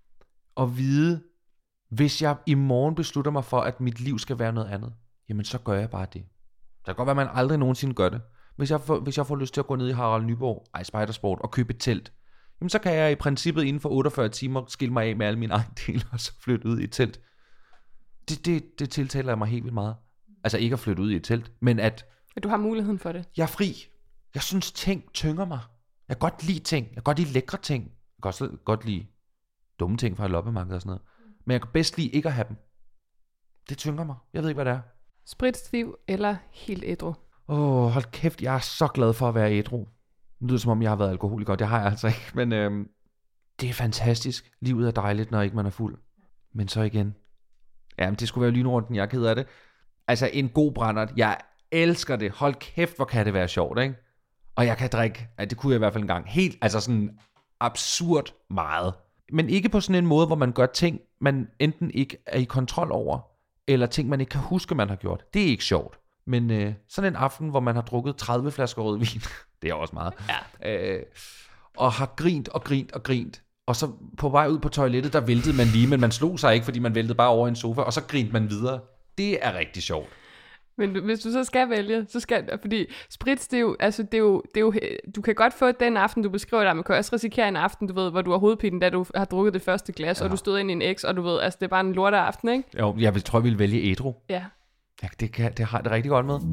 At vide, hvis jeg i morgen beslutter mig for, at mit liv skal være noget andet, jamen så gør jeg bare det. Det kan godt være, at man aldrig nogensinde gør det. Hvis jeg, får, hvis jeg får lyst til at gå ned i Harald Nyborg, ej, Spejdersport, og købe et telt, jamen så kan jeg i princippet inden for otteogfyrre timer skille mig af med alle mine ejendele, og så flytte ud i et telt. Det, det, det tiltaler jeg mig helt vildt meget. Altså ikke at flytte ud i et telt, men at... At du har muligheden for det. Jeg er fri. Jeg synes, ting tynger mig. Jeg kan godt lide ting. Jeg kan godt lide lækre ting. Jeg kan også godt lide dumme ting fra et loppemarked og sådan noget. Men jeg kan bedst lide ikke at have dem. Det tynger mig. Jeg ved ikke, hvad det er. Spritstiv eller helt ædru? Åh, oh, hold kæft. Jeg er så glad for at være ædru. Det lyder som om, jeg har været alkoholiker. Det har jeg altså ikke. Men øhm, det er fantastisk. Livet er dejligt, når ikke man er fuld. Men så igen. Jamen, det skulle være lynrunden. Jeg er ked af det. Altså, en god brændert. Jeg elsker det. Hold kæft, hvor kan det være sjovt, ikke? Og jeg kan drikke, ja, det kunne jeg i hvert fald en gang, helt, altså sådan absurd meget. Men ikke på sådan en måde, hvor man gør ting, man enten ikke er i kontrol over, eller ting, man ikke kan huske, man har gjort. Det er ikke sjovt. Men øh, sådan en aften, hvor man har drukket tredive flasker rødvin, det er også meget, ja. øh, og har grint og grint og grint, og så på vej ud på toilettet, der væltede man lige, men man slog sig ikke, fordi man væltede bare over en sofa, og så grinte man videre. Det er rigtig sjovt. Men du, hvis du så skal vælge, så skal, fordi spritstiv, altså det er, jo, det er jo, du kan godt få den aften, du beskriver der, men kan også risikere en aften, du ved, hvor du har hovedpinen, da du har drukket det første glas, ja. Og du stod ind i en eks, og du ved, altså det er bare en lorteaften, ikke? Jo, jeg vil, tror, jeg ville vælge ædru. Ja. Ja, det, kan, det har jeg det rigtig godt med.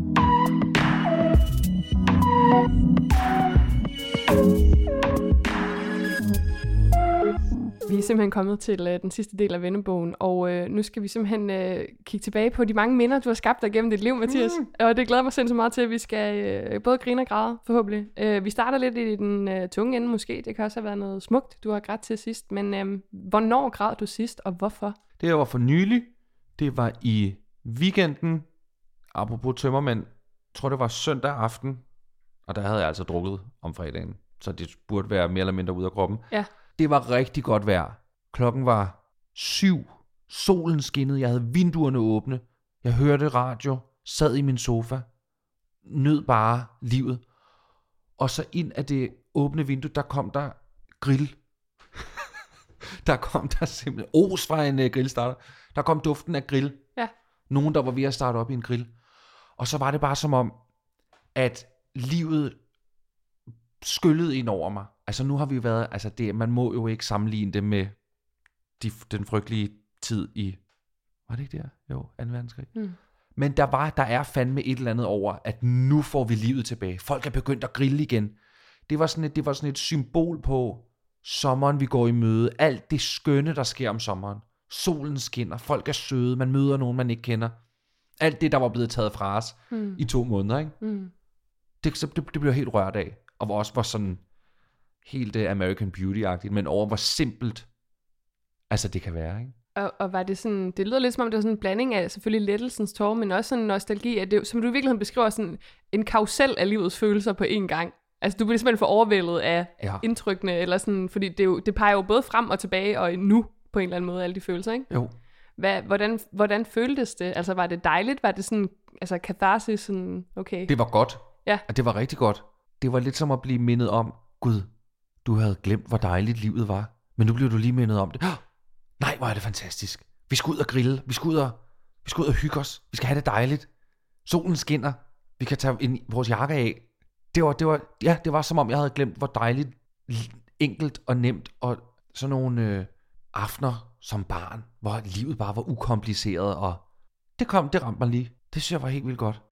Vi er simpelthen kommet til øh, den sidste del af vennebogen, og øh, nu skal vi simpelthen øh, kigge tilbage på de mange minder, du har skabt dig gennem dit liv, Mathias. Mm. Og det glæder mig sindssygt meget til, at vi skal øh, både grine og græde, forhåbentlig. Øh, vi starter lidt i den øh, tunge ende måske. Det kan også have været noget smukt, du har grædt til sidst. Men øh, hvornår græd du sidst, og hvorfor? Det var for nylig. Det var i weekenden. Apropos tømmermænd. Jeg tror, det var søndag aften. Og der havde jeg altså drukket om fredagen. Så det burde være mere eller mindre ude af kroppen. Ja. Det var rigtig godt vejr. Klokken var syv. Solen skinnede. Jeg havde vinduerne åbne. Jeg hørte radio. Sad i min sofa. Nød bare livet. Og så ind af det åbne vindue, der kom der grill. der kom der simpelthen os fra en uh, grillstarter. Der kom duften af grill. Ja. Nogen, der var ved at starte op i en grill. Og så var det bare som om, at livet skyllede ind over mig. Altså nu har vi været, altså det, man må jo ikke sammenligne det med de, den frygtelige tid i, var det ikke der? Jo, anden verdenskrig. Mm. Men der var, der er fandme et eller andet over, at nu får vi livet tilbage. Folk er begyndt at grille igen. Det var sådan et, det var sådan et symbol på sommeren, vi går i møde. Alt det skønne, der sker om sommeren. Solen skinner, folk er søde, man møder nogen, man ikke kender. Alt det, der var blevet taget fra os mm. i to måneder, ikke? Mm. Det, det, det blev helt rørt af. Og også var sådan helt uh, American Beauty-agtigt, men over hvor simpelt altså det kan være, ikke? Og, og var det sådan, det lyder lidt som om det var sådan en blanding af selvfølgelig lettelsens tårer, men også sådan en nostalgi, at det, som du i virkeligheden beskriver, sådan en karusel af livets følelser på én gang. Altså du bliver simpelthen for overvældet af ja. indtrykkene, eller sådan, fordi det, jo, det peger jo både frem og tilbage, og nu på en eller anden måde, alle de følelser, ikke? Jo. Hvad, hvordan, hvordan føltes det? Altså var det dejligt? Var det sådan, altså catharsis, sådan, okay? Det var godt. Ja. Og det var rigtig godt. Det var lidt som at blive mindet om, Gud, du havde glemt, hvor dejligt livet var. Men nu blev du lige mindet om det. Oh, nej, hvor er det fantastisk. Vi skal ud og grille. Vi skal ud og, vi skal ud og hygge os. Vi skal have det dejligt. Solen skinner. Vi kan tage en, vores jakke af. Det var, det var, ja, det var som om, jeg havde glemt, hvor dejligt, enkelt og nemt. Og sådan nogle øh, aftener som barn, hvor livet bare var ukompliceret. Og det kom, det ramte mig lige. Det synes jeg var helt vildt godt.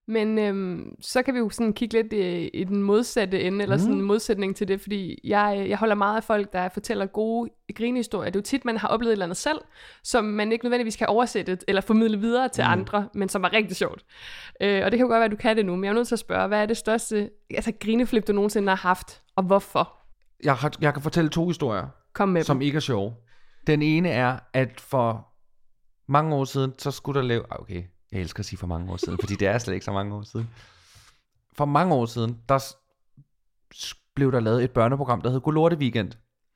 Men øhm, så kan vi jo sådan kigge lidt i, i den modsatte ende, eller sådan en Mm. modsætning til det, fordi jeg, jeg holder meget af folk, der fortæller gode grinehistorier. Det er jo tit, man har oplevet et eller andet selv, som man ikke nødvendigvis kan oversætte eller formidle videre til Mm. andre, men som er rigtig sjovt. Øh, og det kan jo godt være, at du kan det nu, men jeg er nødt til at spørge, hvad er det største altså, grineflip, du nogensinde har haft, og hvorfor? Jeg, har, jeg kan fortælle to historier, Kom med som dem. ikke er sjove. Den ene er, at for mange år siden, så skulle der lave... Okay, jeg elsker at sige for mange år siden, fordi det er slet ikke så mange år siden. For mange år siden, der s- blev der lavet et børneprogram, der hed Golorte Weekend.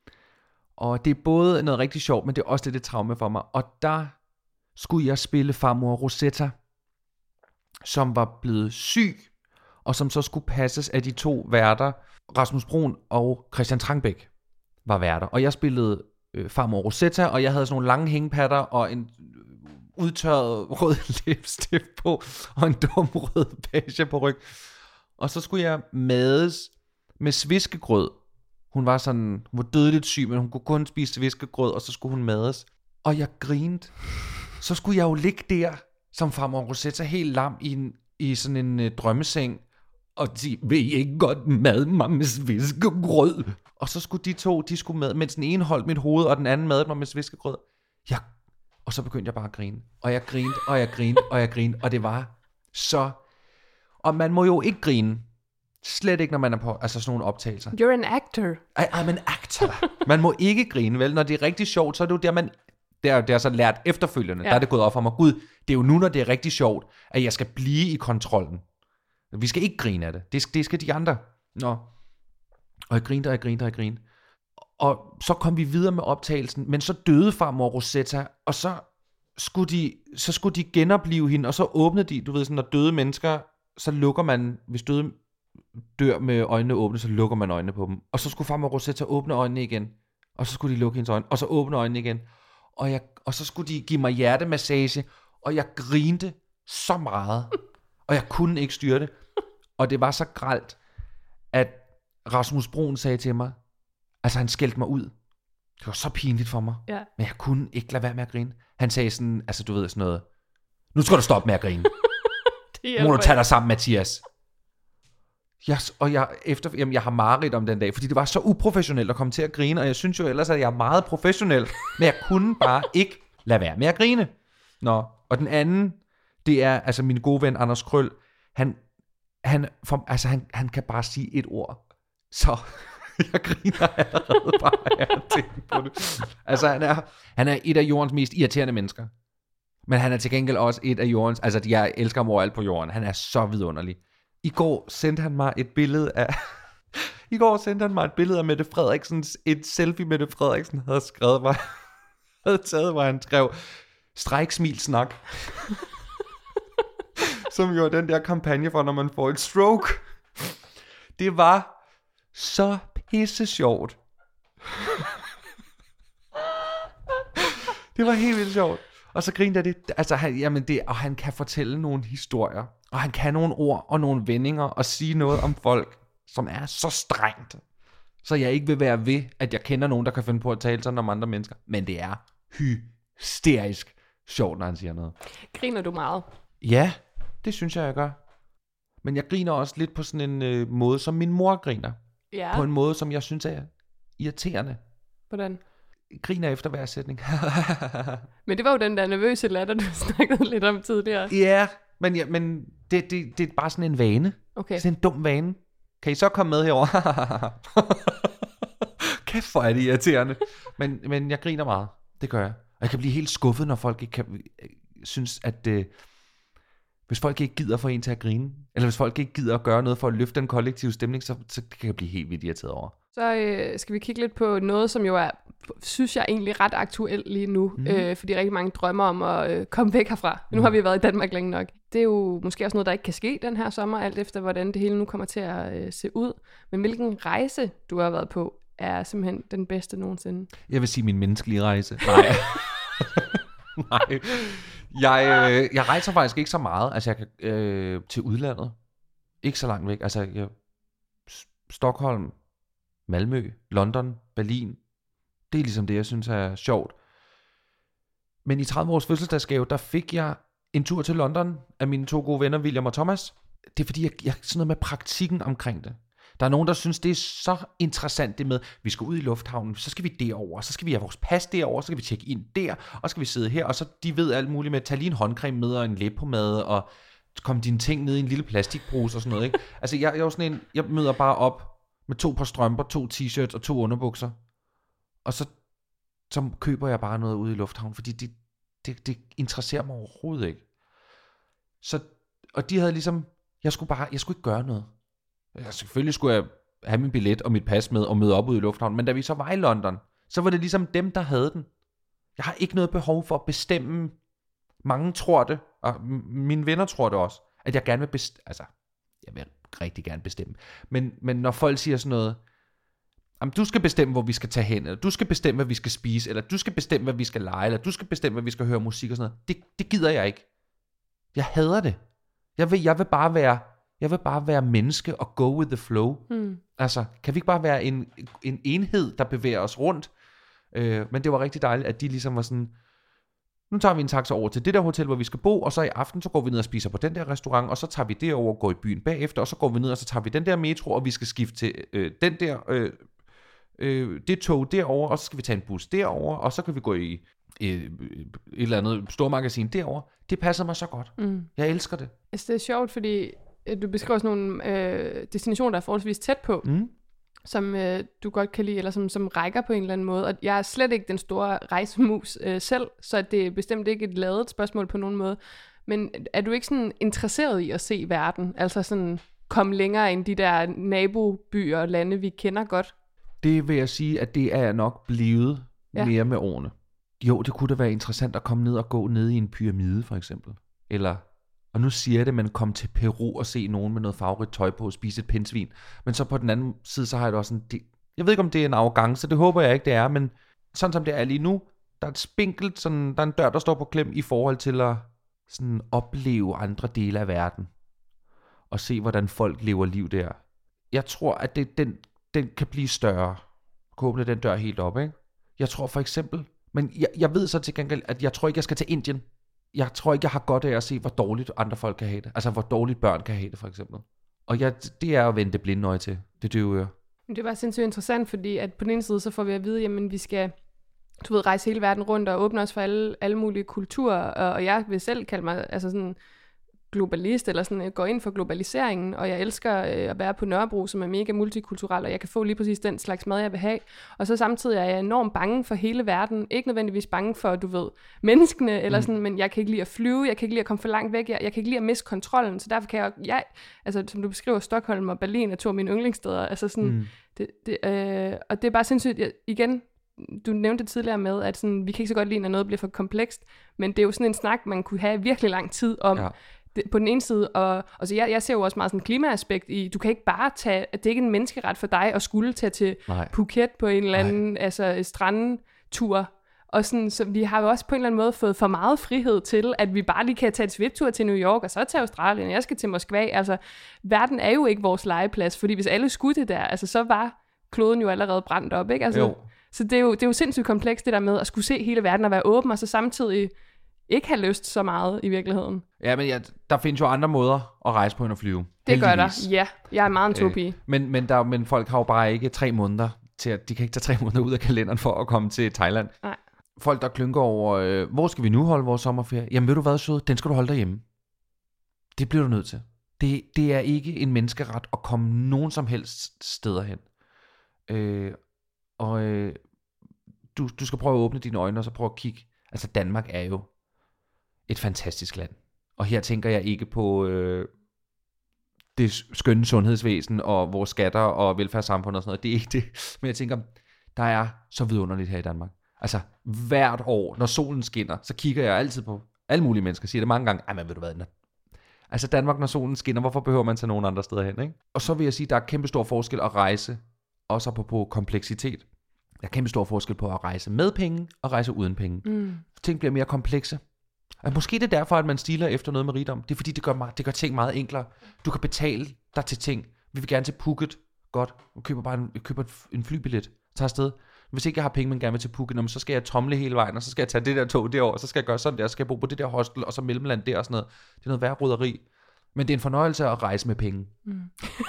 Og det er både noget rigtig sjovt, men det er også lidt et traume for mig. Og der skulle jeg spille farmor Rosetta, som var blevet syg, og som så skulle passes af de to værter, Rasmus Bruun og Christian Trangbæk var værter. Og jeg spillede øh, farmor Rosetta, og jeg havde sådan nogle lange hængepatter og en udtørret rød læbestift på, og en dum rød page på ryg. Og så skulle jeg mades med sviskegrød. Hun var sådan, hun var dødeligt syg, men hun kunne kun spise sviskegrød, og så skulle hun mades. Og jeg grinede. Så skulle jeg jo ligge der, som farmor Rosetta, helt lam i, en, i sådan en øh, drømmeseng, og sige, vil I ikke godt mad mig med sviskegrød? Og så skulle de to, de skulle mad, mens den ene holdt mit hoved, og den anden madede mig med sviskegrød. Jeg, og så begyndte jeg bare at grine. Og jeg grinede, og jeg grinede, og jeg grinede, og det var så... Og man må jo ikke grine. Slet ikke, når man er på altså sådan nogle optagelser. You're an actor. I, I'm an actor. Man må ikke grine, vel? Når det er rigtig sjovt, så er det jo der, man... Det er, det er så lært efterfølgende. Ja. Der er det gået op for mig. Gud, det er jo nu, når det er rigtig sjovt, at jeg skal blive i kontrollen. Vi skal ikke grine af det. Det skal, det skal de andre. Nå. Og jeg grinte, og jeg grinte, og jeg grinte. Og så kom vi videre med optagelsen, men så døde farmor Rosetta, og så skulle de, så skulle de genopleve hende, og så åbnede de, du ved sådan, når døde mennesker, så lukker man, hvis døde dør med øjnene åbne, så lukker man øjnene på dem. Og så skulle farmor Rosetta åbne øjnene igen, og så skulle de lukke hendes øjne, og så åbne øjnene igen. Og, jeg, og så skulle de give mig hjertemassage, og jeg grinte så meget, og jeg kunne ikke styre det. Og det var så grelt, at Rasmus Bruun sagde til mig, altså han skældte mig ud. Det var så pinligt for mig, Ja. men jeg kunne ikke lade være med at grine. Han sagde sådan, altså du ved sådan noget, nu skal du stoppe med at grine. Det Nu må du hjælper tage dig sammen, Mathias. Jeg, og jeg, efter, jamen, jeg har mareridt om den dag, fordi det var så uprofessionelt at komme til at grine, og jeg synes jo ellers, at jeg er meget professionel, men jeg kunne bare ikke lade være med at grine. Nå, og den anden, det er altså min gode ven Anders Krøll. Han, han, for, altså, han, han kan bare sige et ord, så jeg griner allerede bare af at tænke på det. Altså han er, han er et af jordens mest irriterende mennesker, men han er til gengæld også et af jordens, altså jeg elsker ham overalt på jorden. Han er så vidunderlig. I går sendte han mig et billede af I går sendte han mig et billede af Mette Frederiksen, et selfie Mette Frederiksen havde skrevet, hvor havde taget, hvor han skrev stræk, smil, snak. Som jo er den der kampagne for, når man får et stroke. Det var så pisse sjovt. Det var helt vildt sjovt. Og så grinte jeg det, altså han, jamen det, og han kan fortælle nogle historier, og han kan nogle ord og nogle vendinger, og sige noget om folk, som er så strengt, så jeg ikke vil være ved, at jeg kender nogen, der kan finde på at tale sådan om andre mennesker. Men det er hysterisk sjovt, når han siger noget. Griner du meget? Ja, det synes jeg, jeg gør. Men jeg griner også lidt på sådan en øh, måde, som min mor griner. Ja. På en måde, som jeg synes er irriterende. Hvordan? Griner efter hver sætning. Men det var jo den der nervøse latter, du snakkede lidt om tidligere. Ja, men, ja, men det, det, det er bare sådan en vane. Okay. Det er en dum vane. Kan I så komme med herover? Kæft, hvor er det irriterende. Men, men jeg griner meget. Det gør jeg. Og jeg kan blive helt skuffet, når folk ikke kan, synes, at øh, hvis folk ikke gider få en til at grine, eller hvis folk ikke gider at gøre noget for at løfte den kollektive stemning, så, så kan jeg blive helt vildt irriteret over. Så øh, skal vi kigge lidt på noget, som jo er, synes jeg egentlig ret aktuelt lige nu, mm. øh, fordi rigtig mange drømmer om at øh, komme væk herfra. Mm. Nu har vi været i Danmark længe nok. Det er jo måske også noget, der ikke kan ske den her sommer, alt efter hvordan det hele nu kommer til at øh, se ud. Men hvilken rejse, du har været på, er simpelthen den bedste nogensinde? Jeg vil sige min menneskelige rejse. Nej. Nej. Jeg, øh, jeg rejser faktisk ikke så meget. Altså jeg kan øh, til udlandet. Ikke så langt væk. Altså jeg, Stockholm, Malmø, London, Berlin. Det er ligesom det, jeg synes er sjovt. Men i tredive års fødselsdagsgave, der fik jeg en tur til London af mine to gode venner, William og Thomas. Det er fordi, jeg, jeg sådan noget med praktikken omkring det. Der er nogen, der synes, det er så interessant det med, vi skal ud i lufthavnen, så skal vi derover, så skal vi have vores pas derover, så skal vi tjekke ind der, og så skal vi sidde her, og så de ved alt muligt med, at tage lige en håndcreme med og en læbepomade, og komme dine ting ned i en lille plastikpose og sådan noget, ikke? Altså, jeg, jeg er jo sådan en, jeg møder bare op med to par strømper, to t-shirts og to underbukser, og så, så køber jeg bare noget ude i lufthavnen, fordi det, det, det interesserer mig overhovedet ikke. Så, og de havde ligesom, jeg skulle bare, jeg skulle ikke gøre noget. Ja, selvfølgelig skulle jeg have min billet og mit pas med og møde op ude i lufthavnen, men da vi så var i London, så var det ligesom dem, der havde den. Jeg har ikke noget behov for at bestemme. Mange tror det, og mine venner tror det også, at jeg gerne vil bestemme. Altså, jeg vil rigtig gerne bestemme. Men, men når folk siger sådan noget, jamen, du skal bestemme, hvor vi skal tage hen, eller du skal bestemme, hvad vi skal spise, eller du skal bestemme, hvad vi skal lege, eller du skal bestemme, hvad vi skal høre musik og sådan noget, det, det gider jeg ikke. Jeg hader det. Jeg vil, jeg vil bare være... Jeg vil bare være menneske og go with the flow. Mm. Altså, kan vi ikke bare være en, en enhed, der bevæger os rundt? Øh, men det var rigtig dejligt, at de ligesom var sådan, nu tager vi en taxa over til det der hotel, hvor vi skal bo, og så i aften, så går vi ned og spiser på den der restaurant, og så tager vi derover og går i byen bagefter, og så går vi ned, og så tager vi den der metro, og vi skal skifte til øh, den der, øh, øh, det tog derover, og så skal vi tage en bus derover, og så kan vi gå i øh, et eller andet stormagasin derover. Det passer mig så godt. Mm. Jeg elsker det. Altså, det er sjovt, fordi du beskriver sådan nogle øh, destinationer, der er forholdsvis tæt på, mm. som øh, du godt kan lide, eller som, som rækker på en eller anden måde. Og jeg er slet ikke den store rejsemus øh, selv, så det er bestemt ikke et ladet spørgsmål på nogen måde. Men er du ikke sådan interesseret i at se verden? Altså sådan komme længere end de der nabobyer og lande, vi kender godt? Det vil jeg sige, at det er jeg nok blevet ja. mere med årene. Jo, det kunne da være interessant at komme ned og gå ned i en pyramide, for eksempel. Eller... Og nu siger jeg det, man kom til Peru og se nogen med noget farverigt tøj på og spise et pindsvin. Men så på den anden side, så har jeg det også sådan, det, jeg ved ikke, om det er en arrogance, det håber jeg ikke, det er, men sådan som det er lige nu, der er et spinkelt, sådan, der er en dør, der står på klem i forhold til at sådan, opleve andre dele af verden. Og se, hvordan folk lever liv der. Jeg tror, at det, den, den kan blive større. Kan åbne den dør helt op, ikke? Jeg tror for eksempel, men jeg, jeg ved så til gengæld, at jeg tror ikke, jeg skal til Indien. Jeg tror ikke, jeg har godt af at se, hvor dårligt andre folk kan have det. Altså, hvor dårligt børn kan have det, for eksempel. Og jeg, det er at vende det blinde øje til. Det døve øre. Det er bare sindssygt interessant, fordi at på den ene side, så får vi at vide, jamen vi skal, du ved, rejse hele verden rundt og åbne os for alle, alle mulige kulturer. Og, og jeg vil selv kalde mig altså sådan globalist, eller sådan går ind for globaliseringen, og jeg elsker øh, at være på Nørrebro, som er mega multikulturel, og jeg kan få lige præcis den slags mad, jeg vil have. Og så samtidig er jeg enormt bange for hele verden. Ikke nødvendigvis bange for, du ved, menneskene, eller sådan, mm. men jeg kan ikke lide at flyve, jeg kan ikke lide at komme for langt væk, jeg, jeg kan ikke lide at miste kontrollen, så derfor kan jeg, jeg altså som du beskriver, Stockholm og Berlin er to af mine yndlingssteder, altså sådan, mm. det, det, øh, og det er bare sindssygt, jeg, igen, du nævnte det tidligere med, at sådan, vi kan ikke så godt lide, når noget bliver for komplekst, men det er jo sådan en snak, man kunne have virkelig lang tid om, ja. Det, på den ene side, og altså jeg, jeg ser jo også meget sådan en klimaaspekt i, du kan ikke bare tage, at det ikke er en menneskeret for dig at skulle tage til Nej. Phuket på en eller anden altså, strandtur, og sådan, så vi har jo også på en eller anden måde fået for meget frihed til, at vi bare lige kan tage et sviptur til New York, og så til Australien, og jeg skal til Moskva, altså verden er jo ikke vores legeplads, fordi hvis alle skulle det der, altså så var kloden jo allerede brændt op, ikke? Altså, så det er, jo, det er jo sindssygt komplekst det der med at skulle se hele verden og være åben, og så samtidig ikke have lyst så meget i virkeligheden. Ja, men ja, der findes jo andre måder at rejse på end at flyve. Det heldigvis. Gør der, ja. Jeg er meget en togpige. Øh, men, men, der, men folk har jo bare ikke tre måneder til at, de kan ikke tage tre måneder ud af kalenderen for at komme til Thailand. Nej. Folk, der klynker over, øh, hvor skal vi nu holde vores sommerferie? Jamen ved du hvad, sød? Den skal du holde derhjemme. Det bliver du nødt til. Det, det er ikke en menneskeret at komme nogen som helst steder hen. Øh, og øh, du, du skal prøve at åbne dine øjne, og så prøve at kigge. Altså Danmark er jo et fantastisk land. Og her tænker jeg ikke på øh, det skønne sundhedsvæsen og vores skatter og velfærdssamfund og sådan noget. Det er ikke det. Men jeg tænker, der er så vidunderligt her i Danmark. Altså hvert år, når solen skinner, så kigger jeg altid på alle mulige mennesker og siger det mange gange. Ej, men ved du hvad? Altså Danmark, når solen skinner, hvorfor behøver man tage nogen andre steder hen, ikke? Og så vil jeg sige, der er kæmpe stor forskel at rejse, også på, på kompleksitet. Der er kæmpe stor forskel på at rejse med penge og rejse uden penge. Mm. Ting bliver mere komplekse. Og måske det er derfor, at man stiler efter noget med rigdom. Det er fordi, det gør, meget, det gør ting meget enklere. Du kan betale dig til ting. Vi vil gerne til Phuket. Godt. Du køber bare en, køber en flybillet. Tager afsted. Hvis ikke jeg har penge, men gerne vil til Phuket, så skal jeg tomle hele vejen, og så skal jeg tage det der tog derover, og så skal jeg gøre sådan der, så skal jeg bo på det der hostel, og så mellemland der og sådan noget. Det er noget værre roderi. Men det er en fornøjelse at rejse med penge. Mm.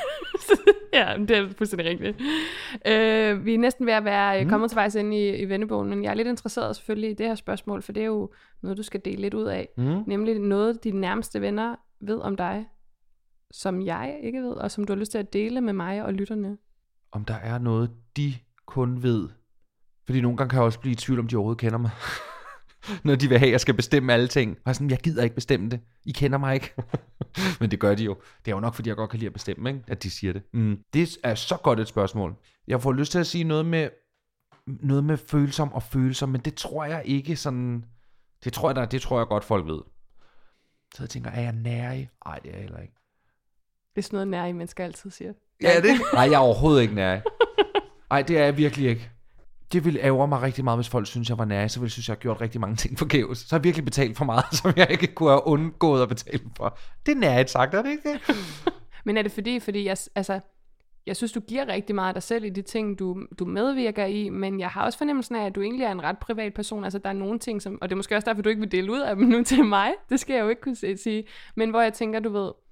Ja, det er fuldstændig rigtigt. Uh, vi er næsten ved at være mm. kommet til vejs ind i, i vennebogen, men jeg er lidt interesseret selvfølgelig i det her spørgsmål, for det er jo noget, du skal dele lidt ud af. Mm. Nemlig noget, de nærmeste venner ved om dig, som jeg ikke ved, og som du har lyst til at dele med mig og lytterne. Om der er noget, de kun ved. Fordi nogle gange kan jeg også blive i tvivl, om de overhovedet kender mig. Når de vil have, at jeg skal bestemme alle ting. Og sådan, jeg gider ikke bestemme det. I kender mig ikke. Men det gør de jo. Det er jo nok, fordi jeg godt kan lide at bestemme, ikke? At de siger det. Mm. Det er så godt et spørgsmål. Jeg får lyst til at sige noget med, noget med følsom og følsom, men det tror jeg ikke sådan... Det tror jeg, der, det tror jeg godt, folk ved. Så jeg tænker, er jeg nærig? Nej, det er jeg heller ikke. Det er sådan noget nærig, mennesker altid siger. Ja, det Nej, jeg er overhovedet ikke nærig. Nej, det er jeg virkelig ikke. Det ville ærge mig rigtig meget, hvis folk synes, jeg var nærig. Så ville jeg synes, jeg har gjort rigtig mange ting forgæves. Så har jeg virkelig betalt for meget, som jeg ikke kunne have undgået at betale for. Det er nærigt sagt, er det ikke det? Men er det fordi, fordi jeg, altså, jeg synes, du giver rigtig meget af dig selv i de ting, du, du medvirker i, men jeg har også fornemmelsen af, at du egentlig er en ret privat person. Altså, der er nogle ting, som, og det er måske også derfor, du ikke vil dele ud af dem nu til mig. Det skal jeg jo ikke kunne sige. Men hvor jeg tænker, du ved...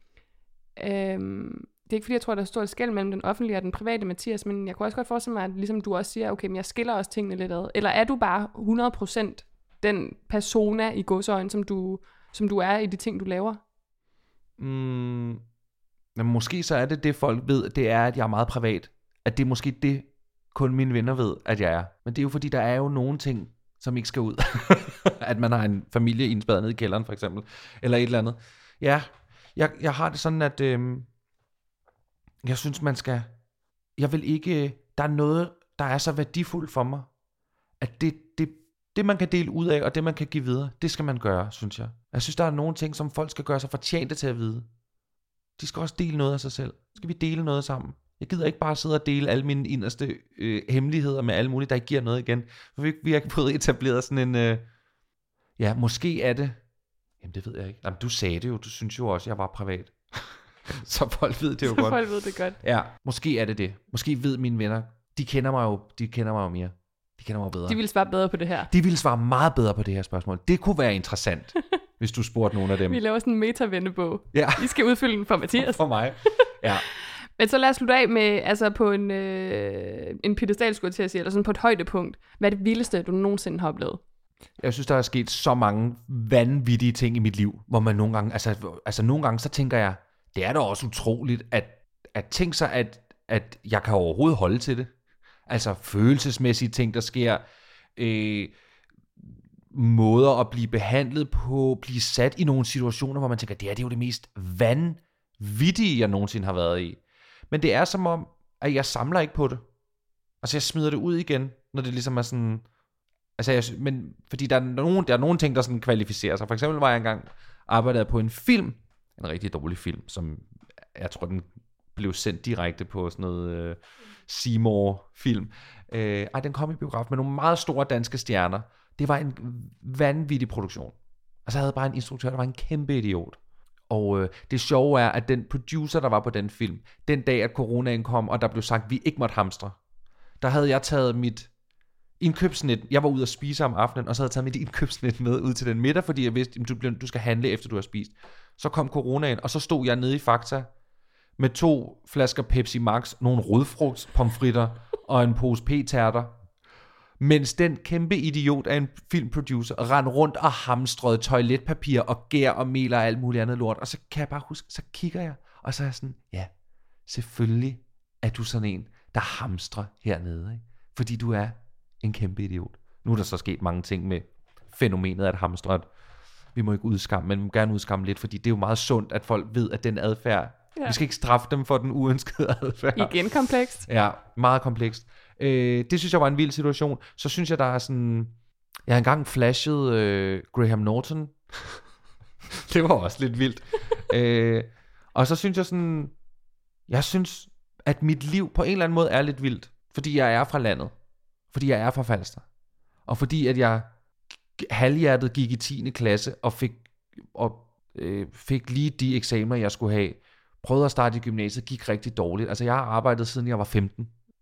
Øhm, det er ikke fordi, jeg tror, der er stort skel mellem den offentlige og den private Mathias, men jeg kunne også godt forestille mig, at ligesom du også siger, okay, men jeg skiller også tingene lidt ad. Eller er du bare hundrede procent den persona i gåseøjne, som du, som du er i de ting, du laver? Mm, men måske så er det det, folk ved, det er, at jeg er meget privat. At det er måske det, kun mine venner ved, at jeg er. Men det er jo fordi, der er jo nogle ting, som ikke skal ud. At man har en familie indspærret nede i kælderen, for eksempel. Eller et eller andet. Ja, jeg, jeg har det sådan, at... Øhm, Jeg synes, man skal... Jeg vil ikke... Der er noget, der er så værdifuldt for mig, at det, det, det, man kan dele ud af, og det, man kan give videre, det skal man gøre, synes jeg. Jeg synes, der er nogle ting, som folk skal gøre sig fortjente til at vide. De skal også dele noget af sig selv. Skal vi dele noget sammen? Jeg gider ikke bare sidde og dele alle mine inderste øh, hemmeligheder med alle mulige, der ikke giver noget igen. For vi, vi har ikke fået etableret sådan en... Øh, ja, måske er det... Jamen, det ved jeg ikke. Jamen, du sagde det jo. Du synes jo også, jeg var privat. Så folk ved det jo så godt. Så folk ved det godt. Ja, måske er det det. Måske ved mine venner. De kender mig jo, de kender mig jo mere. De kender mig jo bedre. De vil svare bedre på det her. De vil svare meget bedre på det her spørgsmål. Det kunne være interessant, hvis du spurgte nogen af dem. Vi laver sådan en meta-vennebog. Ja. I skal udfylde den for Mathias. For mig. Ja. Men så lad os slutte af med, altså på en, øh, en piedestal, skulle jeg til at sige, eller sådan på et højdepunkt. Hvad er det vildeste, du nogensinde har oplevet? Jeg synes, der er sket så mange vanvittige ting i mit liv, hvor man nogle gange, altså, altså nogle gange, så tænker jeg, det er da også utroligt, at, at tænke sig, at, at jeg kan overhovedet holde til det. Altså følelsesmæssige ting, der sker, øh, måder at blive behandlet på, blive sat i nogle situationer, hvor man tænker, det er, det er jo det mest vanvittige, jeg nogensinde har været i. Men det er som om, at jeg samler ikke på det. Altså jeg smider det ud igen, når det ligesom er sådan... Altså jeg, men fordi der er, nogen, der er nogle ting, der sådan kvalificerer sig. For eksempel var jeg engang arbejdet på en film, en rigtig dårlig film, som jeg tror, den blev sendt direkte på sådan noget uh, Seymour-film. Uh, ej, den kom i biograf med nogle meget store danske stjerner. Det var en vanvittig produktion. Og så havde jeg bare en instruktør, der var en kæmpe idiot. Og uh, det sjove er, at den producer, der var på den film, den dag, at coronaen kom, og der blev sagt, at vi ikke måtte hamstre, der havde jeg taget mit indkøbsnet, jeg var ude at spise om aftenen, og så havde jeg taget mit indkøbsnet med ud til den middag, fordi jeg vidste, at du, du skal handle, efter du har spist. Så kom coronaen, og så stod jeg nede i Fakta med to flasker Pepsi Max, nogle rødfrugtspomfritter og en pose p-tærter, mens den kæmpe idiot af en filmproducer rendte rundt og hamstrede toiletpapir og gær og mel og alt muligt andet lort. Og så kan jeg bare huske, så kigger jeg, og så er jeg sådan, ja, selvfølgelig er du sådan en, der hamstrer hernede, ikke? Fordi du er en kæmpe idiot. Nu er der så sket mange ting med fænomenet at hamstre, at vi må ikke udskamme, men vi må gerne udskamme lidt, fordi det er jo meget sundt, at folk ved, at den adfærd, ja. Vi skal ikke straffe dem for den uønskede adfærd. Igen komplekst. Ja, meget komplekst. Øh, det synes jeg var en vild situation. Så synes jeg, der er sådan... Jeg har engang flashet øh, Graham Norton. Det var også lidt vildt. øh, og så synes jeg sådan... Jeg synes, at mit liv på en eller anden måde er lidt vildt, fordi jeg er fra landet. Fordi jeg er fra Falster. Og fordi at jeg halvhjertet gik i tiende klasse og fik, og, øh, fik lige de eksamener, jeg skulle have. Prøvede at starte i gymnasiet, gik rigtig dårligt. Altså jeg har arbejdet siden jeg var femten.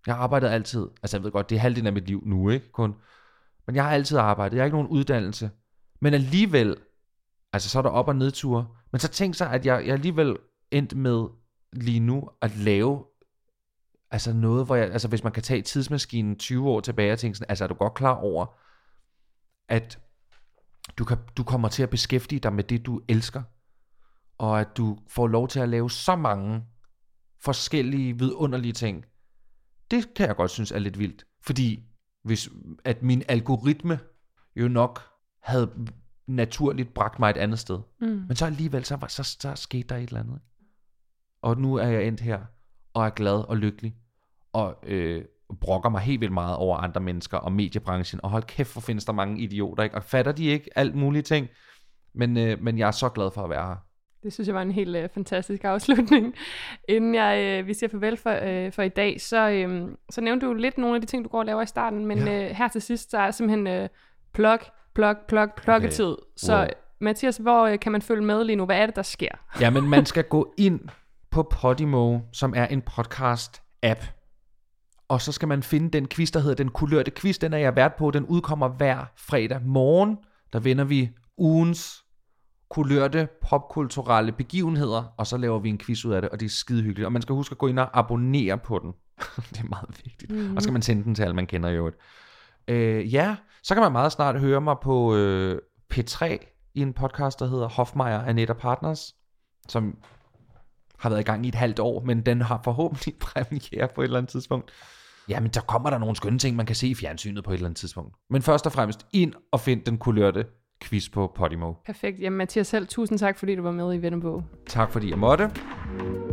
Jeg har arbejdet altid. Altså jeg ved godt, det er halvdelen af mit liv nu, ikke kun. Men jeg har altid arbejdet. Jeg har ikke nogen uddannelse. Men alligevel, altså så er der op- og nedture. Men så tænk sig, at jeg, jeg alligevel endte med lige nu at lave altså noget, hvor jeg, altså hvis man kan tage tidsmaskinen tyve år tilbage og tænke sådan, altså er du godt klar over, at du, kan, du kommer til at beskæftige dig med det, du elsker, og at du får lov til at lave så mange forskellige vidunderlige ting. Det kan jeg godt synes er lidt vildt, fordi hvis, at min algoritme jo nok havde naturligt bragt mig et andet sted. Mm. Men så alligevel, så, så, så, så skete der et eller andet. Og nu er jeg endt her, og er glad og lykkelig, og øh, brokker mig helt vildt meget over andre mennesker og mediebranchen, og hold kæft, hvor findes der mange idioter, ikke? Og fatter de ikke alt mulige ting, men, øh, men jeg er så glad for at være her. Det synes jeg var en helt øh, fantastisk afslutning. Inden jeg, øh, vi siger farvel for, øh, for i dag, så, øh, så nævnte du lidt nogle af de ting, du går og laver i starten, men ja. øh, her til sidst, så er simpelthen øh, plug, plug, plug, plukketid. Okay. Så wow. Mathias, hvor øh, kan man følge med lige nu? Hvad er det, der sker? Jamen, man skal gå ind på Podimo, som er en podcast-app, og så skal man finde den quiz, der hedder Den Kulørte Quiz. Den er jeg vært på. Den udkommer hver fredag morgen. Der vender vi ugens kulørte popkulturelle begivenheder, og så laver vi en quiz ud af det, og det er skide hyggeligt. Og man skal huske at gå ind og abonnere på den. Det er meget vigtigt. Mm-hmm. Og så skal man sende den til alle, man kender i øvrigt. Øh, ja, så kan man meget snart høre mig på øh, P tre i en podcast, der hedder Hofmeier Annette Partners, som har været i gang i et halvt år, men den har forhåbentlig premiere på et eller andet tidspunkt. Jamen, der kommer der nogle skønne ting, man kan se i fjernsynet på et eller andet tidspunkt. Men først og fremmest ind og find Den Kulørte Quiz på Podimo. Perfekt. Jamen Mathias selv, tusind tak, fordi du var med i Venner på. Tak fordi jeg måtte.